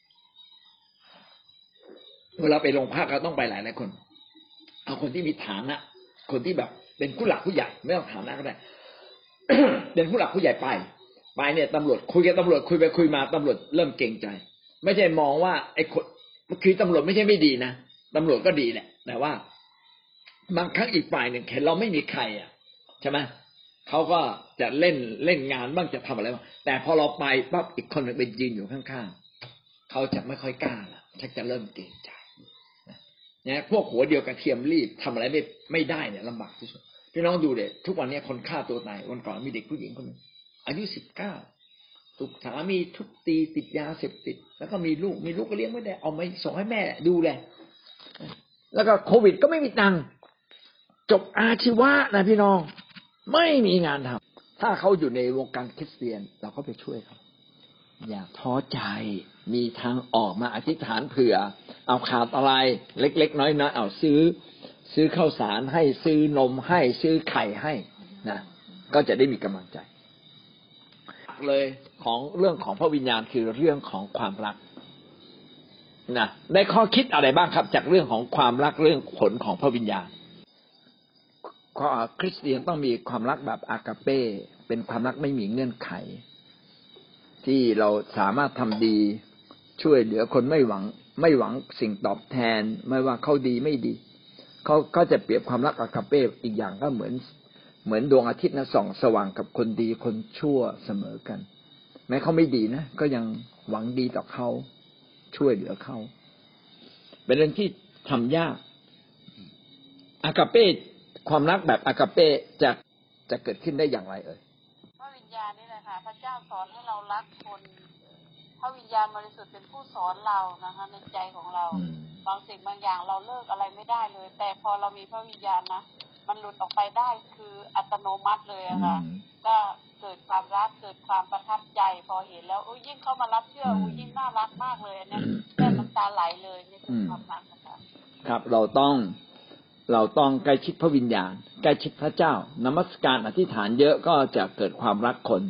เวลาไปโรงพักเราต้องไปหลายคนเอาคนที่มีฐานะคนที่แบบเป็นผู้หลักผู้ใหญ่ไม่ต้องฐานะก็ได้ เป็นผู้หลักผู้ใหญ่ไปเนี่ยตำรวจคุยกับตำรวจคุยไปคุยมาตำรวจเริ่มเกรงใจไม่ใช่มองว่าไอ้คนคือตำรวจไม่ใช่ไม่ดีนะตำรวจก็ดีแหละแต่ว่าบางครั้งอีกฝ่ายหนึ่งเห็นเราไม่มีใครใช่ไหมเขาก็จะเล่นงานบ้างจะทำอะไรบ้างแต่พอเราไปปั๊บอีกคนหนึ่งไปยืนอยู่ข้างๆเขาจะไม่ค่อยกล้าละชักจะเริ่มเกรงใจเนี่ยพวกหัวเดียวกระเทียมรีบทำอะไรไม่ได้เนี่ยลำบากที่สุดพี่น้องดูเด็กทุกวันนี้คนฆ่าตัวตายวันก่อนมีเด็กผู้หญิงคนนึงอายุ19ถูกสามีทุบตีติดยาเสพติดแล้วก็มีลูกก็เลี้ยงไม่ได้เอามาส่งให้แม่ดูแลแล้วก็โควิดก็ไม่มีตังค์จบอาชีวะนะพี่น้องไม่มีงานทำถ้าเขาอยู่ในวงการคริสเตียนเราก็ไปช่วยเขาอย่าท้อใจมีทางออกมาอธิษฐานเผื่อเอาขาดอะไรเล็กๆน้อยๆเอาซื้อข้าวสารให้ซื้อนมให้ซื้อไข่ให้นะก็จะได้มีกำลังใจเลยของเรื่องของพระวิญญาณคือเรื่องของความรักนะได้ข้อคิดอะไรบ้างครับจากเรื่องของความรักเรื่องผลของพระวิญญาณคริสเตียนต้องมีความรักแบบอากาเป้เป็นความรักไม่มีเงื่อนไขที่เราสามารถทำดีช่วยเหลือคนไม่หวังสิ่งตอบแทนไม่ว่าเขาดีไม่ดีเขาก็จะเปรียบความรักอากาเป้อีกอย่างก็เหมือนดวงอาทิตย์นะส่องสว่างกับคนดีคนชั่วเสมอกันแม้เขาไม่ดีนะก็ยังหวังดีต่อเขาช่วยเหลือเขาเป็นเรื่องที่ทำยากอากาเป้ความรักแบบอากาเป้จะเกิดขึ้นได้อย่างไรพระวิญญาณนี่แหละค่ะพระเจ้าสอนให้เรารักคนพระวิญญาณบริสุทธิ์เป็นผู้สอนเรานะคะในใจของเราบางสิ่งบางอย่างเราเลิกอะไรไม่ได้เลยแต่พอเรามีพระวิญญาณนะมันหลุดออกไปได้คืออัตโนมัติเลยอะค่ะก็เกิดความรักเกิดความประทับใจพอเห็นแล้วยิ่งเข้ามารับเชื่อยิ่งน่ารักมากเลยอันนี้แค่น้ำตาไหลเลยนี่คือความรักนะคะครับเราต้องใกล้ชิดพระวิญญาณใกล้ชิดพระเจ้านมัสการอธิษฐานเยอะก็จะเกิดความรักคน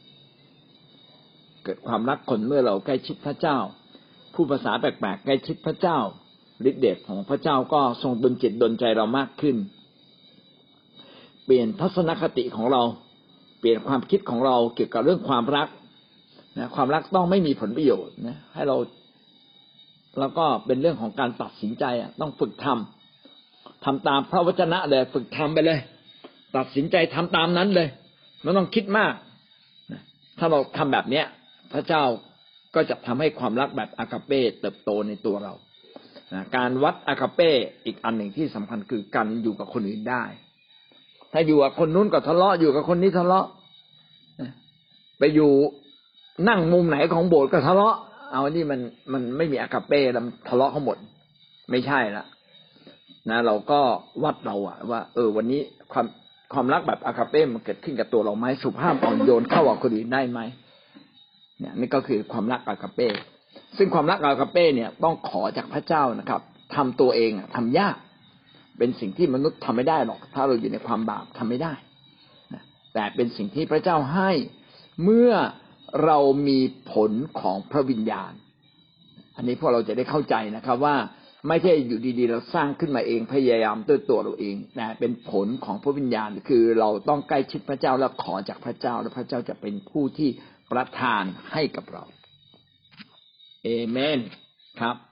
เกิดความรักคนเมื่อเราใกล้ชิดพระเจ้าผู้ภาษาแปลกๆใกล้ชิดพระเจ้าฤทธิ์เดชของพระเจ้าก็ทรงดลจิตดลใจเรามากขึ้นเปลี่ยนทัศนคติของเราเปลี่ยนความคิดของเราเกี่ยวกับเรื่องความรักนะความรักต้องไม่มีผลประโยชน์นะให้เราแล้วก็เป็นเรื่องของการตัดสินใจต้องฝึกทำตามพระวจนะเลยฝึกทำไปเลยตัดสินใจทำตามนั้นเลยไม่ต้องคิดมากถ้าเราทำแบบเนี้ยพระเจ้าก็จะทำให้ความรักแบบอากาเป้เติบโตในตัวเราการวัดอากาเป้อีกอันหนึ่งที่สำคัญคือการอยู่กับคนอื่นได้ถ้าอยู่กับคนนู้นก็ทะเลาะอยู่กับคนนี้ทะเลาะไปอยู่นั่งมุมไหนของโบสถ์ก็ทะเลาะเอานี่มันไม่มีอากาเป้แล้วทะเลาะทั้งหมดไม่ใช่ละนะเราก็วัดเราว่าวันนี้ความรักแบบอากาเป้มันเกิดขึ้นกับตัวเราไหมสุภาพอ่อนโยนเข้ากับคนอื่นได้ไหมเนี่ยนี่ก็คือความรักอากาเป้ซึ่งความรักอากาเป้เนี่ยต้องขอจากพระเจ้านะครับทำตัวเองทำยากเป็นสิ่งที่มนุษย์ทำไม่ได้หรอกถ้าเราอยู่ในความบาปทำไม่ได้แต่เป็นสิ่งที่พระเจ้าให้เมื่อเรามีผลของพระวิญญาณอันนี้พวกเราจะได้เข้าใจนะครับว่าไม่ใช่อยู่ดีๆเราสร้างขึ้นมาเองพยายามด้วยตัวเราเองแต่เป็นผลของพระวิญญาณคือเราต้องใกล้ชิดพระเจ้าและขอจากพระเจ้าและพระเจ้าจะเป็นผู้ที่ประทานให้กับเราเอเมนครับ